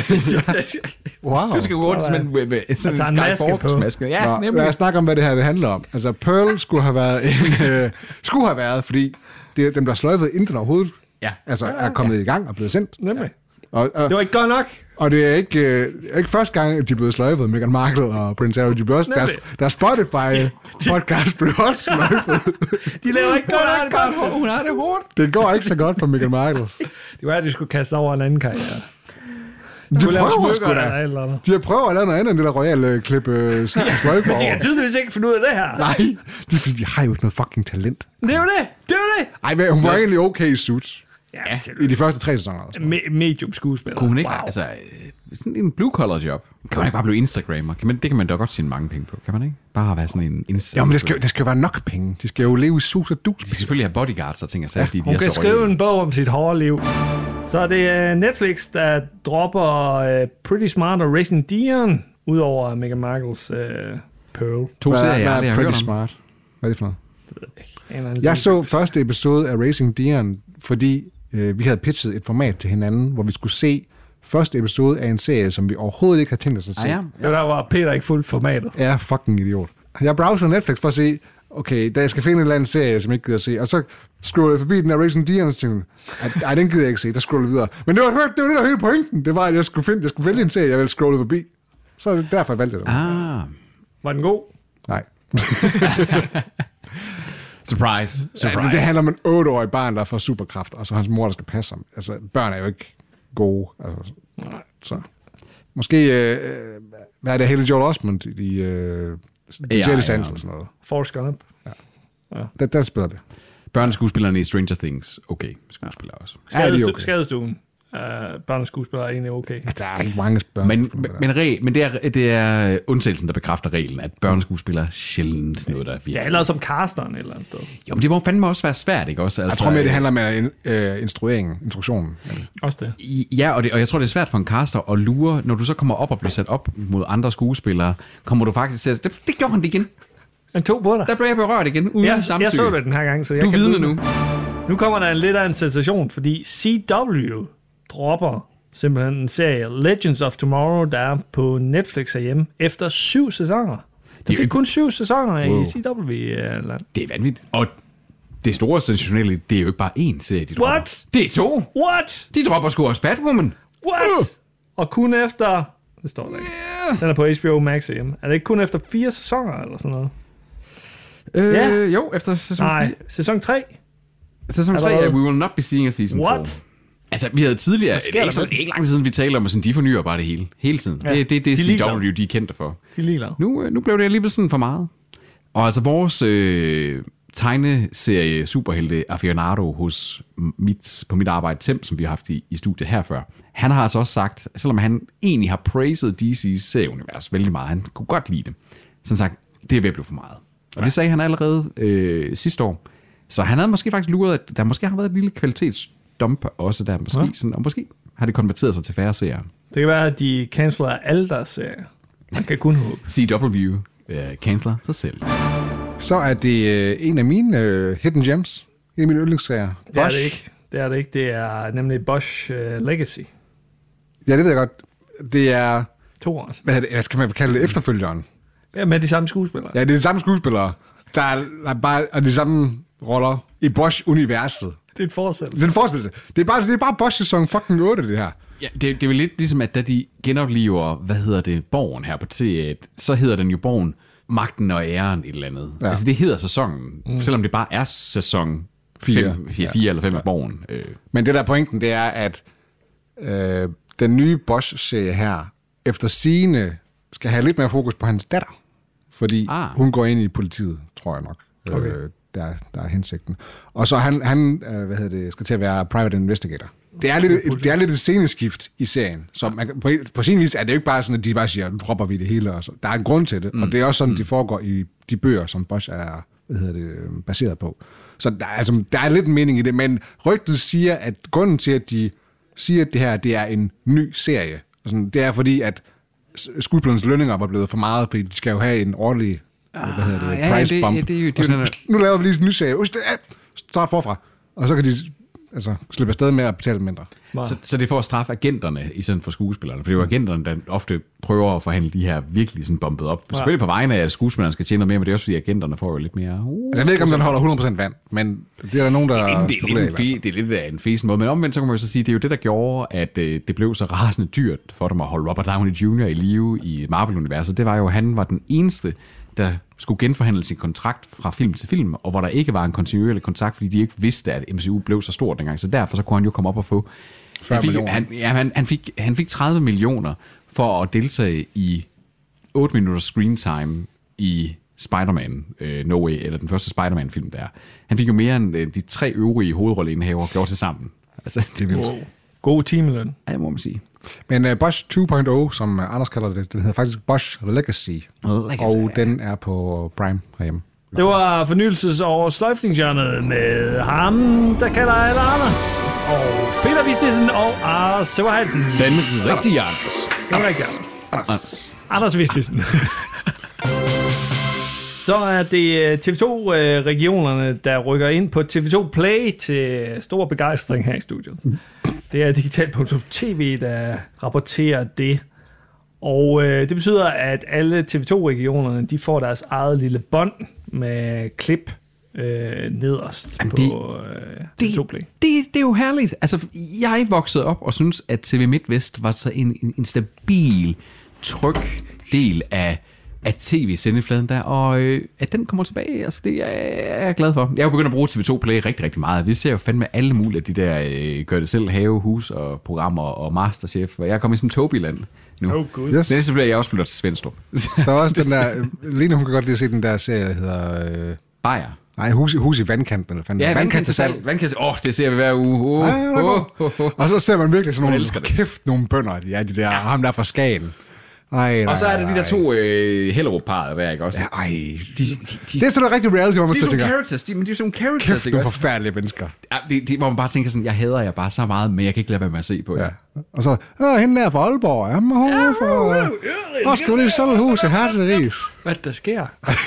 Wow. Du skal gå rundt med, med, med sådan en Guy Fawkes-maske. Ja, Nå, nemlig. Lad os snakke om, hvad det her det handler om. Altså, Pearl skulle have været en... Øh, skulle have været, fordi det, den blev sløjfet, inden den overhovedet ja. altså, er kommet ja. i gang og blevet sendt. Nemlig. Og, og, det var ikke godt nok. Og det er ikke, øh, ikke første gang, at de er blevet sløjfet, Meghan Markle og Prince Harry. De blev også, deres, deres Spotify-podcast blev også sløjfet. De laver ikke godt arbejde. Hun har det hårdt. Det går ikke så godt for Meghan Markle. Det var, at de skulle kaste over en anden karriere. De kunne lave prøver smykker sgu da. eller andet. De har prøvet at lave noget andet end det der royale klip øh, sløjfe Men de over. kan tydeligvis ikke finde ud af det her. Nej, det er fordi, de har jo ikke noget fucking talent. Det er jo det. Det er jo det. Ej, men hun var egentlig okay i Suits. Ja, I de første tre sæsoner. Altså. Me- medium skuespiller. Kunne hun ikke, wow. altså, øh, sådan en blue-collar job. Kan man ikke bare blive Instagrammer? Kan man, det kan man da godt tjene mange penge på, kan man ikke? Bare være sådan en Instagrammer. Jo, men det skal, det skal jo være nok penge. De skal jo leve i sus og dus. De skal selvfølgelig have bodyguards og ting og sager, fordi Hun de er kan så skrive royale. en bog om sit hårde liv. Så er det uh, Netflix, der dropper uh, Pretty Smart og Racing Dion, udover Meghan Markles uh, Pearl. To Hvad, serier, hvad jeg er aldrig har Pretty hørt om. Smart? Hvad er det for noget? En eller anden Jeg lille- så første episode af Racing Dion, fordi øh, vi havde pitchet et format til hinanden, hvor vi skulle se første episode af en serie, som vi overhovedet ikke har tænkt os at se. Ah, ja. Det var der, hvor Peter ikke fuldt formatet. Jeg er fucking idiot. Jeg browser Netflix for at se, okay, da jeg skal finde en eller anden serie, som jeg ikke gider at se, og så scrollede jeg forbi den her Racing Dion, og så tænkte jeg, ej, den gider jeg ikke se, der scrollede jeg videre. Men det var, det var det, der var hele pointen. Det var, at jeg skulle, finde, jeg skulle vælge en serie, jeg ville scrolle forbi. Så er det derfor, jeg valgte det. Ah, Var den god? Nej. surprise. Altså, Surprise. det handler om en otteårig barn, der får superkraft, og så hans mor, der skal passe ham. Altså, børn er jo ikke gode. Altså, så. Måske, øh, hvad er det, Haley Joel Osment i øh, Ja, Jelly ja. Sands eller sådan noget. Forrest Gump. Der, der spiller det. Børneskuespillerne i Stranger Things, okay, skuespillere også. Ja, de er Skadestu- okay. Skadestuen. Uh, børneskuespiller er egentlig okay. Der er ikke mange børn. Men, men, men, regel, men det, er, det er undtagelsen, der bekræfter reglen, at børneskuespillere er sjældent noget, der er Ja, virkelig. eller som casteren et eller andet sted. Jo, men det må fandme også være svært, ikke også? Altså, Jeg tror mere, det handler med øh, instrueringen, instruktionen. Også det. Ja, og, det, og jeg tror, det er svært for en caster at lure, når du så kommer op og bliver sat op mod andre skuespillere, kommer du faktisk til at... Det, det gjorde han det igen. Han tog på dig. Der blev jeg berørt igen, uden Ja, samtykke. jeg så det den her gang, så jeg Du kan vidne vide nu. det. Nu kommer der en lidt af en sensation, fordi C W dropper simpelthen en serie, Legends of Tomorrow, der er på Netflix herhjemme, efter syv sæsoner. Der jo fik kun syv sæsoner Wow. i C W-land. Det er vanvittigt. Og det store sensationelle, det er jo ikke bare én serie, de dropper. What? Det er to. What? De dropper sgu også Batwoman. What? Uh. Og kun efter... Det står der ikke. Yeah. Den er på H B O Max herhjemme. Er det ikke kun efter fire sæsoner eller sådan noget? Øh, Ja. Jo, efter sæson Nej, fire. sæson tre. Sæson tre Allerede. er We Will Not Be Seeing a Season What? four. Altså, vi havde tidligere, Hvad sker det er der ikke, så, med ikke lang tid siden, vi talte om, at sådan, de fornyer bare det hele. Hele tiden. Ja, Ja, det det, de det er C ligeglade. W, de er kendte for. De er ligeglade. Nu, øh, nu blev det alligevel sådan for meget. Og altså, vores øh, tegneserie Superhelte Aficionado hos mit, på mit arbejde, Tim, som vi har haft i, i studiet her før, han har altså også sagt, selvom han egentlig har praised D C's serieunivers vældig meget, han kunne godt lide det, så han sagt, det er ved at blive for meget. Og det sagde han allerede øh, sidste år. Så han havde måske faktisk luret, at der måske har været et lille kvalitetsdump også der, måske, Ja. sådan, og måske har det konverteret sig til færre serier. Det kan være, at de canceler alle deres serier. Man kan kun håbe. C W øh, canceler sig selv. Så er det øh, en af mine øh, hidden gems. En af mine yndlingsserier. Det er det ikke. Det er det ikke. Det er nemlig Bosch uh, Legacy. Ja, det ved jeg godt. Det er, To år. hvad, er det, hvad skal man kalde det, efterfølgeren. Ja, med de samme skuespillere. Ja, det er de samme skuespillere, der er, der er bare er de samme roller i Bosch-universet. Det er et forsæt. Det er en forestillelse. Det er bare, det er bare Bosch sæson fucking otte, det her. Ja, det, det er jo lidt ligesom, at da de genoplever, hvad hedder det, Borgen her på T et, så hedder den jo Borgen Magten og Æren et eller andet. Ja. Ja. Altså det hedder sæsonen, mm. selvom det bare er sæson Fire. fire ja. eller fem af Borgen. Øh. Men det der pointen, det er, at øh, den nye Bosch-serie her, efter sigende, skal have lidt mere fokus på hans datter. Fordi ah. hun går ind i politiet, tror jeg nok. Okay. Øh, der, der er hensigten. Og så han, han øh, hvad hedder det, skal til at være private investigator. Det er lidt, et, det er lidt et sceneskift i serien. Så man, kan- på, på sin vis er det jo ikke bare sådan, at de bare siger, nu dropper vi det hele. Og så. Der er en grund til det, mm. og det er også sådan, mm. det foregår i de bøger, som Bosch er hvad hedder det, baseret på. Så der, altså, der er lidt en mening i det, men rygtet siger, at grunden til, at de siger, at det her det er en ny serie, altså, det er fordi, at skuespillernes lønninger var blevet for meget, fordi de skal jo have en årlig ah, hvad hedder det, ja, ja, price det- bump. ja, det er jo- det er Og så, jo den nu laver vi lige en ny serie. Start forfra. Og så kan de altså, slippe afsted med at betale mindre. Så, så det er for at straffe agenterne i stedet for skuespillerne. For det er jo agenterne, der ofte prøver at forhandle de her virkelig sådan bumpet op. Ja. Selvfølgelig på vegne af, at skuespillerne skal tjene noget mere, men det er også fordi, agenterne får jo lidt mere... Uh, altså, jeg ved ikke, om den holder hundrede procent vand, men det er der nogen, der det er, det, er lidt fe, det er lidt af en fesen måde. Men omvendt, så kan man jo så sige, det er jo det, der gjorde, at øh, det blev så rasende dyrt for dem at holde Robert Downey junior i live i Marvel-universet. Det var jo, at han var den eneste, der skulle genforhandle sin kontrakt fra film til film, og hvor der ikke var en kontinuerlig kontrakt, fordi de ikke vidste, at M C U blev så stort dengang. Så derfor så kunne han jo komme op og få... Han fik, han, ja, han, han, fik, han fik tredive millioner for at deltage i otte minutters screen time i Spider-Man uh, No Way, eller den første Spider-Man-film der. Han fik jo mere end uh, de tre øvrige hovedrolleindehavere gjort til sammen. Altså, det er vildt. Wow. God timeløn. Ja, det må man sige. Men uh, Bosch to punkt nul, som Anders kalder det, den hedder faktisk Bosch Legacy. Legacy. Og den er på Prime herhjemme. Det var fornyelses- og sløjfningshjørnet med ham, der kalder alle Anders. Og Peter Vistisen og Anders Sever Hansen. Den rigtige Anders. Den rigtige Anders. Anders. Anders Vistisen. Så er det T V to-regionerne, der rykker ind på T V to Play til stor begejstring her i studiet. Det er digital punktum t v, der rapporterer det. Og øh, det betyder, at alle T V to-regionerne, de får deres eget lille bånd med klip øh, nederst Jamen det, på øh, det, T V to Play. Det, det er jo herligt. Altså, jeg voksede op og synes, at T V MidtVest var så en, en, en stabil, tryg del af af tv-sendefladen der, og øh, at den kommer tilbage, altså det er jeg glad for. Jeg er jo begyndt at bruge T V to Play rigtig, rigtig meget. Vi ser jo fandme alle mulige af de der øh, gør det selv have, hus og programmer og Masterchef, og jeg er kommet i sådan en Tobiland nu. Oh, good. Yes. Men så bliver jeg også flyttet til Svendstrup. Der er også den der, Lene, hun kan godt lide at se den der serie, der hedder... Øh... Bajer. Nej, hus, hus i vandkanten. Eller fanden. Ja, vandkant til salg. Vandkant til salg. Åh, oh, det ser vi hver uge. Oh, ja, oh, oh, oh. Og så ser man virkelig sådan nogle, kæft, nogle bønder, de er de der, ja. Ham der fra Skagen. Ej, nej, og så er der de der to øh, Hellerup-parret der, ikke også? Ja, ej. De, de, de, det er sådan noget rigtig reality, hvor man så tænker... De er sådan characters, de, men de er sådan characters, kæft, nogle forfærdelige mennesker. Ja, det, det, hvor man bare tænker sådan, jeg hader jer bare så meget, men jeg kan ikke lade være med at se på jer. Ja. Og så, åh, hende der fra Aalborg, jamen, hun er fra... Åh, skal vi lige sælge et hus i Herteris? Hvad der sker?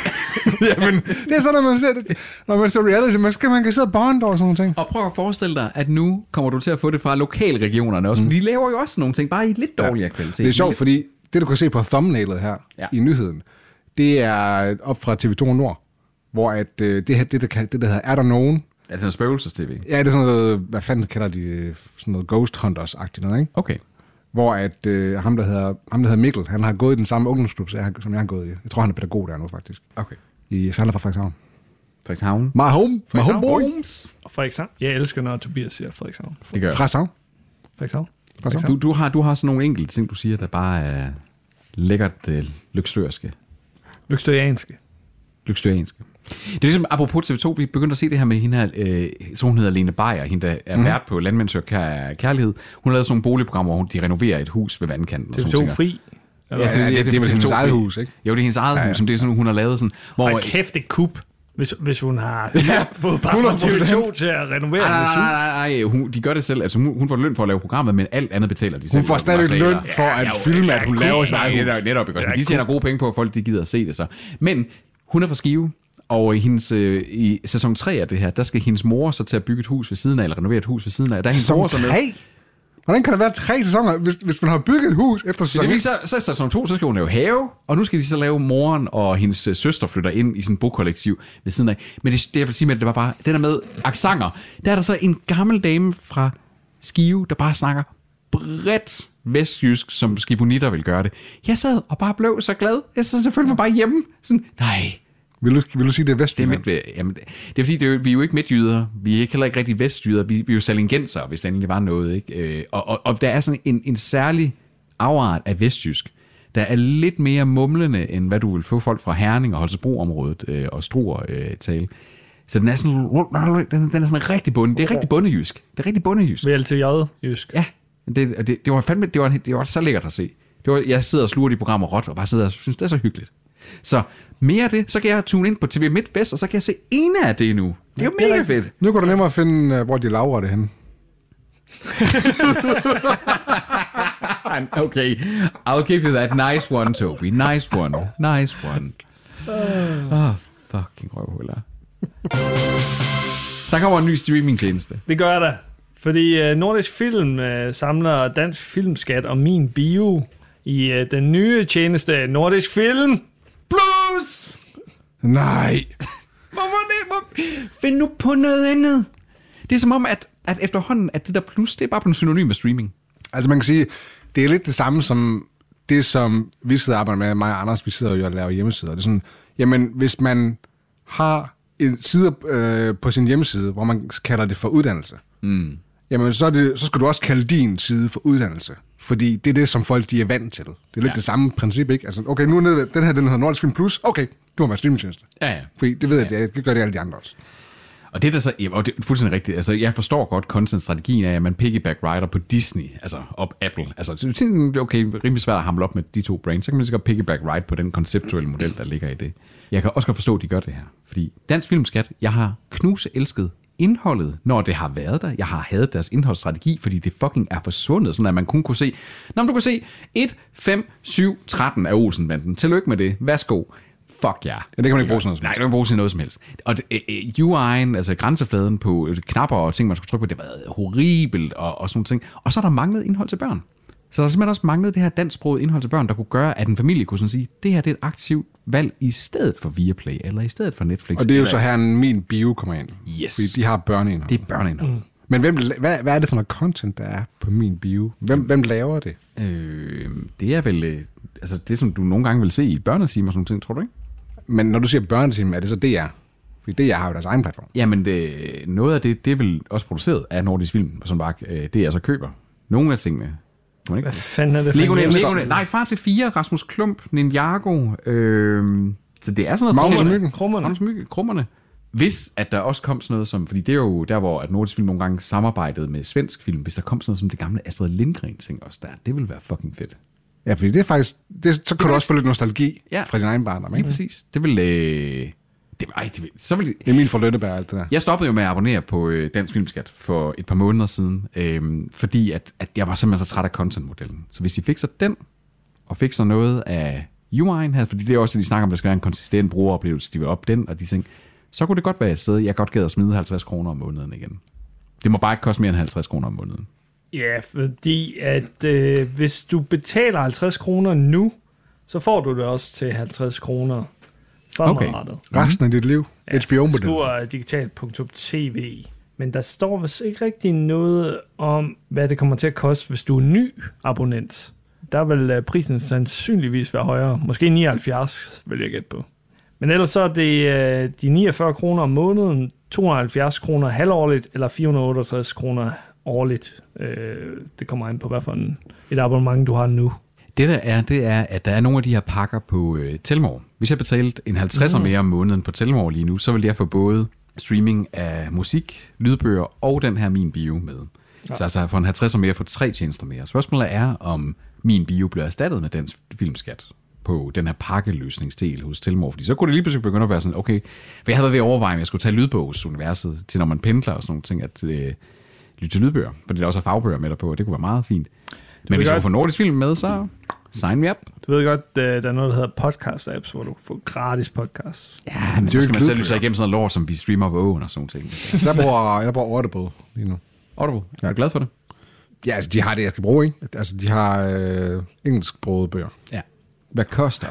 Jamen, det er sådan, når man ser det, når man ser reality, man, skal, man kan sidde og bonde over sådan nogle ting. Og prøv at forestille dig, at nu kommer du til at få det fra lokalregionerne også, mm. de laver jo også nogle ting, bare i lidt dårligere ja. kvalitet. Det er sjovt, fordi det, du kan se på thumbnailet her ja. i nyheden, det er op fra T V to Nord, hvor at, øh, det, her, det, der, det der hedder, er der nogen? Er det sådan noget spøgelses-tv? Ja, det er sådan noget, hvad fanden kalder de, sådan noget Ghost Hunters-agtigt noget, ikke? Okay. Hvor at, øh, ham, der hedder, ham, der hedder Mikkel, han har gået i den samme ungdomsklub, som jeg, som jeg har gået i. Jeg tror, han er pædagog der nu, faktisk. Okay. I, så han er fra Frederikshavn. Frederikshavn? My home, my home boy. Og Frederikshavn. Jeg elsker, når Tobias siger Frederikshavn. Det gør jeg. Frederikshavn. Frederikshavn. Du, du, har, du har sådan nogle enkelte ting, du siger, der bare er lækkert øh, lykstørske. Lykstørianske. Lykstørianske. Det er ligesom, apropos T V to, vi begyndte at se det her med hende her, øh, så hun hedder Lene Beyer, hende der er mm. vært på Landmænd søger kær- kærlighed. Hun lavede sådan nogle boligprogrammer, hvor de renoverer et hus ved vandkanten. T V to fri. Ja, ja, det, det, det, det er hendes eget hus, ikke? Jo, det er hendes eget ja, ja. hus, som det er sådan, hun har lavet sådan... Hvor, og kæft, det kup. Hvis, hvis hun har ja, fået bare fra T V to til at renovere nej, nej, nej, nej, nej, de gør det selv. Altså, hun, hun får løn for at lave programmet, men alt andet betaler de selv. Hun får stadig løn for at ja, filme, at hun ja, laver sig. Nej, netop, ikke. De tjener gode penge på, at folk de gider at se det så. Men hun er fra Skive, og i, hendes, øh, i sæson tre af det her, der skal hendes mor så til at bygge et hus ved siden af, eller renovere et hus ved siden af. Der er sæson tre? Hvordan kan der være tre sæsoner, hvis, hvis man har bygget et hus efter sæson et? Så, så sæson to, så skal hun lave have, og nu skal de så lave moren og hendes søster flytter ind i sådan et bokollektiv ved siden af. Men det, det jeg vil sige med det var bare, den der med accenter, der er der så en gammel dame fra Skive, der bare snakker bredt vestjysk, som skibonitter vil gøre det. Jeg sad og bare blev så glad. Jeg sad selvfølgelig bare hjemme. Sådan, nej. Vil du, vil du sige, det er vestjyder? Det er, jamen, det er fordi, det er, vi er jo ikke midtjyder. Vi er ikke heller ikke rigtig vestjyder. Vi, vi er jo salingenser, hvis der endelig var noget. Ikke? Og, og, og der er sådan en, en særlig afart af vestjysk, der er lidt mere mumlende, end hvad du vil få folk fra Herning og Holstebro-området øh, og Struer øh, tale. Så den er sådan, den, den er sådan rigtig bunde. Det er rigtig bundejysk. Det er rigtig bundejysk. V L T J-jysk. Ja, det, det, det var fandme, det var, det var så lækkert at se. Det var, jeg sidder og sluger de programmer råt, og bare sidder og synes, det er så hyggeligt. Så mere af det, så kan jeg tune ind på T V MidtVest, og så kan jeg se en af det nu. Det er jo mega fedt. Nu kan du nemmere finde, hvor de laver det henne. Okay, I'll give you that nice one, Toby. Nice one. Nice one. Åh, oh, fucking røvhuller. Der kommer en ny streamingtjeneste. Det gør der. Fordi uh, Nordisk Film uh, samler Dansk Filmskat og Min Bio i uh, den nye tjeneste Nordisk Film Plus. Nej. Hvorfor det? Hvor... Find nu på noget andet. Det er som om, at, at efterhånden, at det der plus, det er bare på en synonym med streaming. Altså man kan sige, det er lidt det samme som det, som vi sidder og arbejder med, mig og Anders, vi sidder jo og laver hjemmesider. Det er sådan, jamen hvis man har en side øh, på sin hjemmeside, hvor man kalder det for uddannelse, mm. jamen så, er det, så skal du også kalde din side for uddannelse. Fordi det er det, som folk de er vant til. Det er lidt ja. det samme princip, ikke? Altså, okay, nu er nede, den her, den hedder Nordisk Film Plus. Okay, det må være streamingtjeneste. Ja, ja. Fordi det ved jeg, ja. det gør det alle de andre også. Og det er der så, og det er fuldstændig rigtigt. Altså, jeg forstår godt content-strategien af, at man piggyback rider på Disney, altså op Apple. Altså, det er okay, rimelig svært at hamle op med de to brands. Så kan man lige så godt piggyback ride på den konceptuelle model, der ligger i det. Jeg kan også godt forstå, at de gør det her. Fordi Dansk Filmskat, jeg har knuse elsket indholdet, når det har været der. Jeg har hadet deres indholdsstrategi, fordi det fucking er forsvundet, sådan at man kun kunne se, når du kan se et, fem, syv, tretten af Olsenbanden. Tillykke med det. Værsgo. Fuck ja. Yeah. Ja, det kan man ikke bruge sådan noget som Nej, det kan man bruge til noget som helst. Og det, U I'en, altså grænsefladen på knapper og ting, man skulle trykke på, det har været horribelt og, og sådan ting. Og så er der manglet indhold til børn. Så der er simpelthen også manglet det her dansksproget indhold til børn, der kunne gøre, at en familie kunne sådan sige, det her det er et aktivt valg i stedet for Viaplay, eller i stedet for Netflix. Og det er jo så her, Min Bio kommer ind. Yes. Fordi de har børneindhold. Det er børneindhold. Mm. Men hvem, hvad, hvad er det for noget content, der er på Min Bio? Hvem, hvem laver det? Øh, det er vel, øh, altså det som du nogle gange vil se i børnetimer og sådan ting, tror du ikke? Men når du siger børnetimer, er det så D R? Fordi D R har jo deres egen platform. Jamen, det, noget af det, det er vel også produceret af Nordisk Film, som bare det er så køber. Nogle af tingene. Hvad fanden er det for Lego, Lego, nej, Far til fire, Rasmus Klump, Ninjago. Øh, så det er sådan noget... Magnus og Myggen. Krummerne. Magnus og Myggen, Krummerne. Hvis at der også kom sådan noget som... Fordi det er jo der, hvor at Nordisk Film nogle gange samarbejdede med svensk film. Hvis der kom sådan noget som det gamle Astrid Lindgren-ting også der, det ville være fucking fedt. Ja, fordi det er faktisk... Det, så kan det du også få lidt nostalgi ja. fra din egen barndom, ikke? Ja, præcis. Det vil... Øh, det, ej, det, så vil det, Emil fra Lønneberg, alt det der. Jeg stoppede jo med at abonnere på øh, Dansk Filmskat for et par måneder siden, øh, fordi at, at jeg var simpelthen så træt af content-modellen. Så hvis de fikser den, og fikser noget af U I'en her, fordi det er også, at de snakker om, at der skal være en konsistent brugeroplevelse, de vil op den, og de ting, så kunne det godt være et sted, jeg godt gad at smide halvtreds kroner om måneden igen. Det må bare ikke koste mere end halvtreds kroner om måneden. Ja, fordi at øh, hvis du betaler halvtreds kroner nu, så får du det også til halvtreds kroner fremadrettet. Okay. Resten af dit liv. Ja, H B O-model. Det står digitalt punktum t v. Men der står vist ikke rigtig noget om, hvad det kommer til at koste, hvis du er ny abonnent. Der vil prisen sandsynligvis være højere. Måske nioghalvfjerds, vil jeg gætte på. Men ellers så er det de niogfyrre kroner om måneden, tooghalvfjerds kroner halvårligt, eller fire hundrede og otteogtres kroner årligt. Det kommer an på, hvad for en, et abonnement du har nu. Det der er, det er, at der er nogle af de her pakker på øh, Telmore. Hvis jeg betalte en halvtredser mm. mere om måneden på Telmore lige nu, så vil jeg få både streaming af musik, lydbøger og den her Min Bio med. Ja. Så altså for en halvtredser mere få tre tjenester mere. Spørgsmålet er, om Min Bio bliver erstattet med Dansk Filmskat på den her pakkeløsningsdel hos Telmore. Fordi så kunne det lige pludselig begynde at være sådan, okay, for jeg havde været ved at overveje, om jeg skulle tage lydbogsuniverset til, når man pendler og sådan nogle ting, at øh, lytte til lydbøger, fordi der også er fagbøger med der på, og det kunne være meget fint. Men hvis jeg får Nordisk Film med, så sign me up. Du ved godt, der er noget, der hedder podcast-apps, hvor du får gratis podcasts. Ja, men så skal man selv lytte sig igennem sådan noget lort, som vi streamer på åen og sådan ting. Jeg bruger, jeg bruger Audible lige nu. Audible? Er du glad for det? Ja, altså de har det, jeg skal bruge, ikke? Altså de har øh, engelsksprogede bøger. Ja. Hvad koster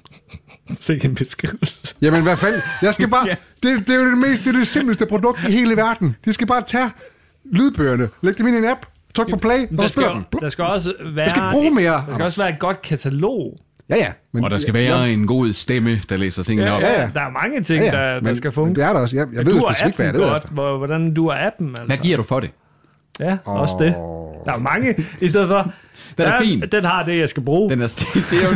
det? Sikke en beskrivelse. Jamen hvad fanden? Jeg skal bare... det, det er jo det mest, det er det simpleste produkt i hele verden. De skal bare tage lydbøgerne, lægge dem ind i en app, tryk på play, og skal, der skal også være... Jeg skal bruge mere. Der skal også være et godt katalog. Ja, ja. Men, og der skal være ja, en god stemme, der læser tingene ja, op. Ja, ja. Der er mange ting, ja, ja. Der, der skal funke. Det er der også. Jeg, jeg ved specifikt, hvad jeg leder efter. Hvordan du er appen, altså. Hvad giver du for det? Ja, oh. også det. Der er mange, i stedet for... Den er, er fin. Den har det, jeg skal bruge. Den er, det er jo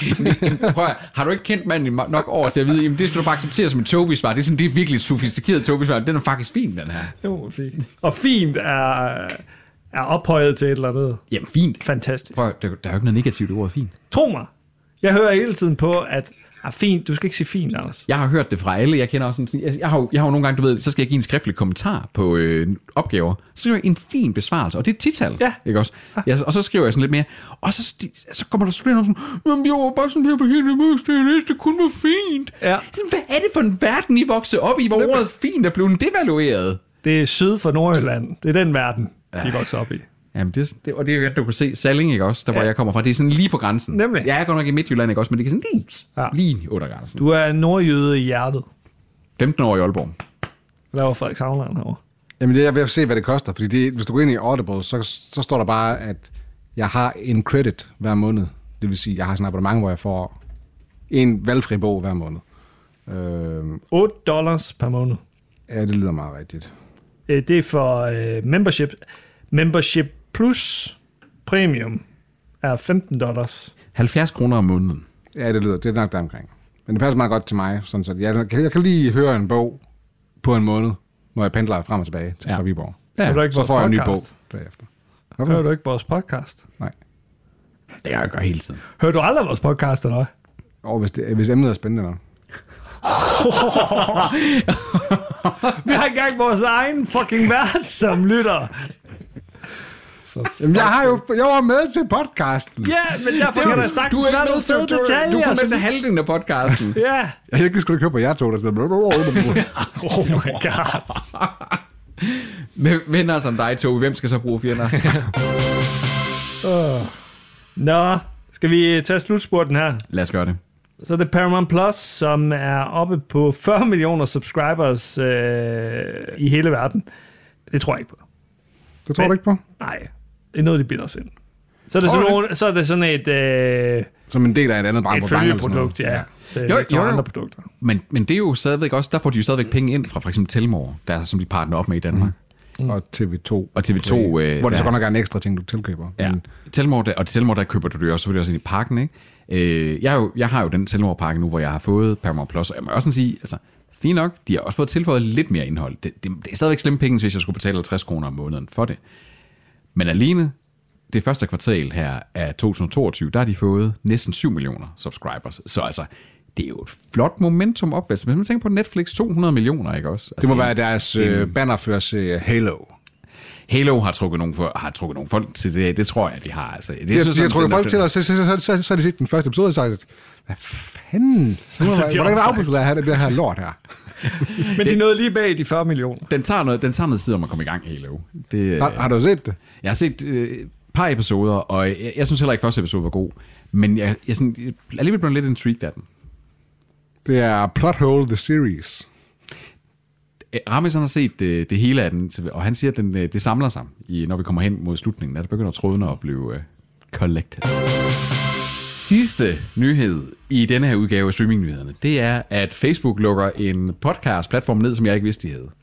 det. Prøv at, har du ikke kendt manden nok over til at vide, jamen det skal du bare acceptere som et Tobi-svar. Det er sådan, det er virkelig et sofistikeret Tobi-svar. Den er faktisk fin, den her. Jo, fint. Og fint er, er ophøjet til et eller andet. Jamen fint. Fantastisk. Prøv, der, der er jo ikke noget negativt i ordet fint. Tro mig. Jeg hører hele tiden på, at ah, fint, du skal ikke sige fint, Anders. Jeg har hørt det fra alle. Jeg kender også sådan, jeg, jeg, har, jeg har jo nogle gange, du ved, så skal jeg give en skriftlig kommentar på øh, opgaver. Så skriver jeg en fin besvarelse, og det er et tital, ja. Ikke også? Ja, og så skriver jeg sådan lidt mere, og så, så kommer der sådan noget sådan, jamen jeg var bare sådan her på hele mødstedet, det kun var fint. Ja. Hvad er det for en verden, I voksede op i, hvor ordet fint er blevet devalueret? Det er syd for Nordjylland. Det er den verden. de vokser op i. Jamen, det, det, og det er jo, du kan se Salling, ikke også, der ja. hvor jeg kommer fra. Det er sådan lige på grænsen. Nemlig. Jeg er godt nok i Midtjylland, ikke også, men det er sådan lige, ja. lige under grænsen. Du er nordjyde i hjertet. femten år i Aalborg. Hvad var Frederikshavn herovre? Jamen, det er ved at se, hvad det koster. Fordi det, hvis du går ind i Audible, så, så står der bare, at jeg har en credit hver måned. Det vil sige, jeg har sådan et abonnement, hvor jeg får en valgfri bog hver måned. Øh, otte dollars per måned. Ja, det lyder meget rigtigt. Det er for uh, membership. Membership plus premium er femten dollars. halvfjerds kroner om måneden. Ja, det lyder, det er nok deromkring. Men det passer meget godt til mig. Sådan så jeg, jeg kan lige høre en bog på en måned, når jeg pendler frem og tilbage til ja. Viborg. Ja. Du ikke så får jeg en ny bog derefter. Hvorfor? Hører du ikke vores podcast? Nej. Det jeg gør hele tiden. Hører du aldrig vores podcast, eller hvad? Og hvis, det, hvis emnet er spændende nok. Vi har engang vores egen fucking vært som lytter. Jamen, jeg har jo jeg var med til podcasten. Ja, men derfor kan der sagtens være nogle fede detaljer. Du er med til halvdelen af podcasten. Ja. Jeg kan ikke skulle køre på jer to, der sidder. Oh my god. Med venner som dig, Tobi, hvem skal så bruge fjender? uh. Nå, skal vi tage slutspurten her? Lad os gøre det. Så er det Paramount Plus, som er oppe på fyrre millioner subscribers øh, i hele verden. Det tror jeg ikke på. Det tror Men, du ikke på? Nej, det er noget, de bilder os ind. Så er det, sådan, nogle, så er det sådan et... Øh, som en del af et andet brand. Et følgeprodukt, ja. ja. Til jo, jo, andre produkter. Men, men det er jo stadigvæk også, der får de jo stadigvæk penge ind fra for eksempel Telmore, der som de partner op med i Danmark. Mm. Og T V to. Og T V to. Øh, hvor det så godt nok er en ekstra ting, du tilkøber. Ja. Men... Telmore, der, og Telmore, der køber du det jo også selvfølgelig også ind i parken, ikke? Øh, jeg, jo, jeg har jo den Telmore-pakke nu, hvor jeg har fået Paramount Plus, og jeg må også sådan sige, altså, fint nok, de har også fået tilføjet lidt mere indhold. Det, det, det er stadigvæk slemme penge, hvis jeg skulle betale halvtreds kroner om måneden for det. Men alene det første kvartal her af to tusind og toogtyve, der har de fået næsten syv millioner subscribers. Så altså, det er jo et flot momentum op. Hvis man tænker på Netflix, to hundrede millioner, ikke også? Altså, det må være deres øh, bannerførse Halo. Halo har trukket nogle, for, har trukket nogle folk til det. Det tror jeg, de har. Altså, det, de, synes, de har trukket folk til, og så, så, så, så, så har de set den første episode og sagt, hvad fanden? Hvordan kan det afbryde at have det her lort her? Men det er noget lige bag de fyrre millioner. Den tager noget, den tager noget tid om at komme i gang, Halo. Det, har, har du set det? Jeg har set et øh, par episoder, og jeg, jeg synes heller ikke, første episode var god. Men jeg, jeg, sådan, jeg er alligevel blevet lidt intrigued af den. Det er Plot Hole The Series. Ramis har set det, det hele af den, og han siger, at den, det samler sig, i, når vi kommer hen mod slutningen. Der begynder trådene at blive uh, collected. Sidste nyhed i denne her udgave af streamingnyhederne, det er, at Facebook lukker en podcast-platform ned, som jeg ikke vidste, de havde.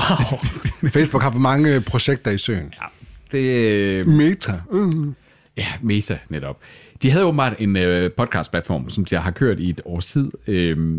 Wow. Facebook har for mange projekter i søen. Ja, det... Meta. Uh. Ja, Meta netop. De havde åbenbart en uh, podcast-platform, som jeg har kørt i et års tid, øh,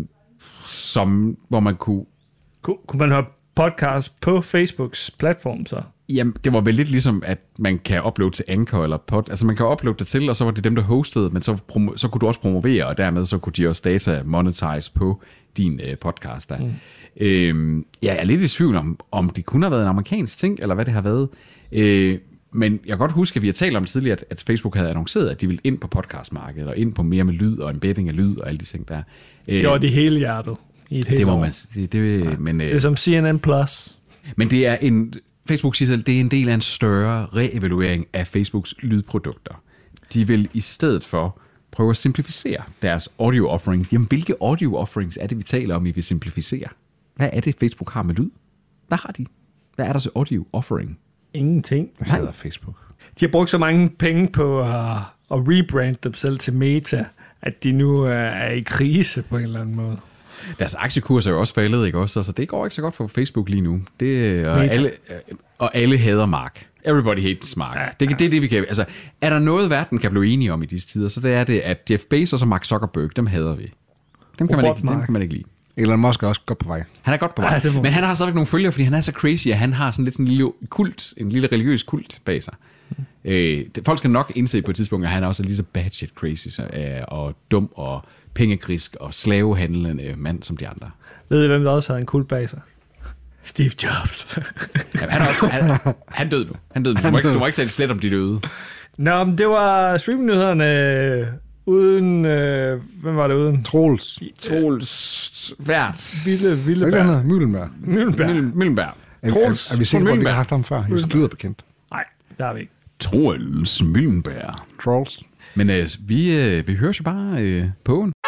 som, hvor man kunne... Kun, kunne man høre podcast på Facebooks platform så? Jamen, det var vel lidt ligesom, at man kan uploade til Anchor eller pod. Altså, man kan uploade det til, og så var det dem, der hostede, men så, promo- så kunne du også promovere, og dermed så kunne de også data monetize på din øh, podcast der. Mm. Øhm, ja, jeg er lidt i tvivl om, om det kunne have været en amerikansk ting, eller hvad det har været. Øh, men jeg kan godt huske, at vi har talt om tidligere, at, at Facebook havde annonceret, at de ville ind på podcastmarkedet, og ind på mere med lyd, og embedding af lyd, og alle de ting der. Øh, Gjorde de hele hjertet. I et det må man sige. Det, det, ja. men, det er som C N N plus. Men det er en... Facebook siger selv, det er en del af en større reevaluering af Facebooks lydprodukter. De vil i stedet for prøve at simplificere deres audio offerings. Jamen, hvilke audio offerings er det, vi taler om, I vil simplificere? Hvad er det, Facebook har med lyd? Hvad har de? Hvad er der så audio offering? Ingenting. Hvad hedder Facebook? De har brugt så mange penge på at, at rebrande dem selv til Meta, at de nu er i krise på en eller anden måde. Deres aktiekurs er jo også faldet, ikke også? Så det går ikke så godt for Facebook lige nu. Det, og, alle, og alle hader Mark. Everybody hates Mark. Ja, det, ja. det er det, vi kan... Altså, er der noget, verden kan blive enige om i disse tider, så det er det, at Jeff Bezos og Mark Zuckerberg, dem hader vi. Dem kan, man ikke, dem kan man ikke lide. Elon Musk er også godt på vej. Han er godt på vej. Ja, men han har stadigvæk nogle følgere, fordi han er så crazy, at han har sådan lidt en lille kult, en lille religiøs kult bag sig. Mm. Øh, folk skal nok indse på et tidspunkt, at han også er lige så batshit crazy så, øh, og dum og pengegrisk og slavehandlende mand som de andre. Ved I, hvem der også havde en kult bag sig? Steve Jobs. Jamen, han, også, han, han døde nu. Han døde nu. Du må ikke, du må ikke tale slet om de døde. Nå, men det var streamingnyhederne uden... Øh, hvem var det uden? Troels. Troels. Vært. Ville, Ville Hvad er det, han hedder? Møllenberg. Møllenberg. Møllenberg. Er, er, er vi sikre på, at vi har haft ham før? Jeg lyder bekendt. Nej. Der er vi ikke. Troels Møllenberg. Trolls. Men øh, vi, øh, vi hører jo bare øh, på